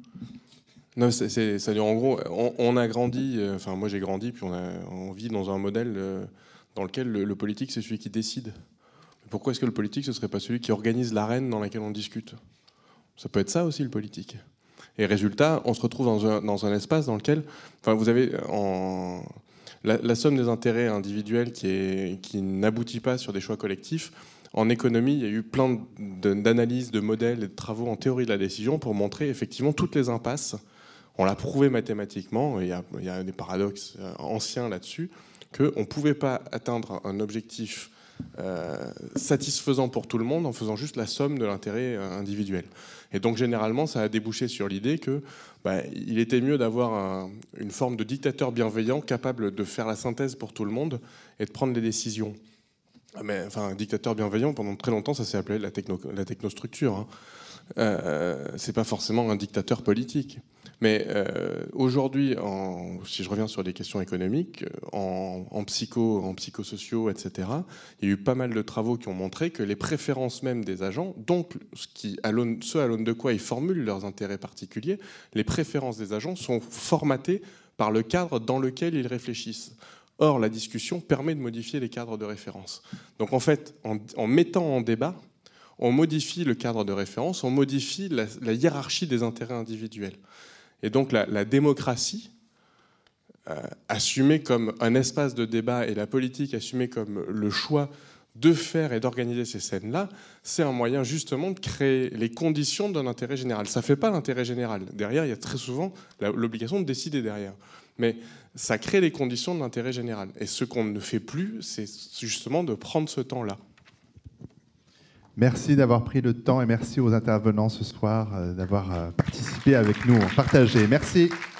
Speaker 4: Non, c'est, c'est, ça veut dire en gros, on, on a grandi, euh, enfin moi j'ai grandi, puis on, a, on vit dans un modèle euh, dans lequel le, le politique c'est celui qui décide. Pourquoi est-ce que le politique ce serait pas celui qui organise l'arène dans laquelle on discute ? Ça peut être ça aussi le politique. Et résultat, on se retrouve dans un, dans un espace dans lequel, enfin vous avez en La, la somme des intérêts individuels qui, est, qui n'aboutit pas sur des choix collectifs. En économie, il y a eu plein de, d'analyses, de modèles et de travaux en théorie de la décision pour montrer effectivement toutes les impasses. On l'a prouvé mathématiquement, et il y a, il y a des paradoxes anciens là-dessus, qu'on ne pouvait pas atteindre un objectif euh, satisfaisant pour tout le monde en faisant juste la somme de l'intérêt individuel. Et donc généralement, ça a débouché sur l'idée que bah, il était mieux d'avoir un, une forme de dictateur bienveillant capable de faire la synthèse pour tout le monde et de prendre les décisions. Mais enfin, un dictateur bienveillant, pendant très longtemps, ça s'est appelé la, techno, la technostructure. Hein. Euh, c'est pas forcément un dictateur politique. Mais euh, aujourd'hui, en, si je reviens sur des questions économiques, en, en psycho, en psychosociaux, et cetera, il y a eu pas mal de travaux qui ont montré que les préférences même des agents, donc ce, qui, à l'aune, ce à l'aune de quoi ils formulent leurs intérêts particuliers, les préférences des agents sont formatées par le cadre dans lequel ils réfléchissent. Or, la discussion permet de modifier les cadres de référence. Donc en fait, en, en mettant en débat, on modifie le cadre de référence, on modifie la, la hiérarchie des intérêts individuels. Et donc la, la démocratie, euh, assumée comme un espace de débat, et la politique assumée comme le choix de faire et d'organiser ces scènes-là, c'est un moyen justement de créer les conditions d'un intérêt général. Ça ne fait pas l'intérêt général. Derrière, il y a très souvent la, l'obligation de décider derrière. Mais ça crée les conditions de l'intérêt général. Et ce qu'on ne fait plus, c'est justement de prendre ce temps-là.
Speaker 1: Merci d'avoir pris le temps et merci aux intervenants ce soir d'avoir participé avec nous, partagé. Merci.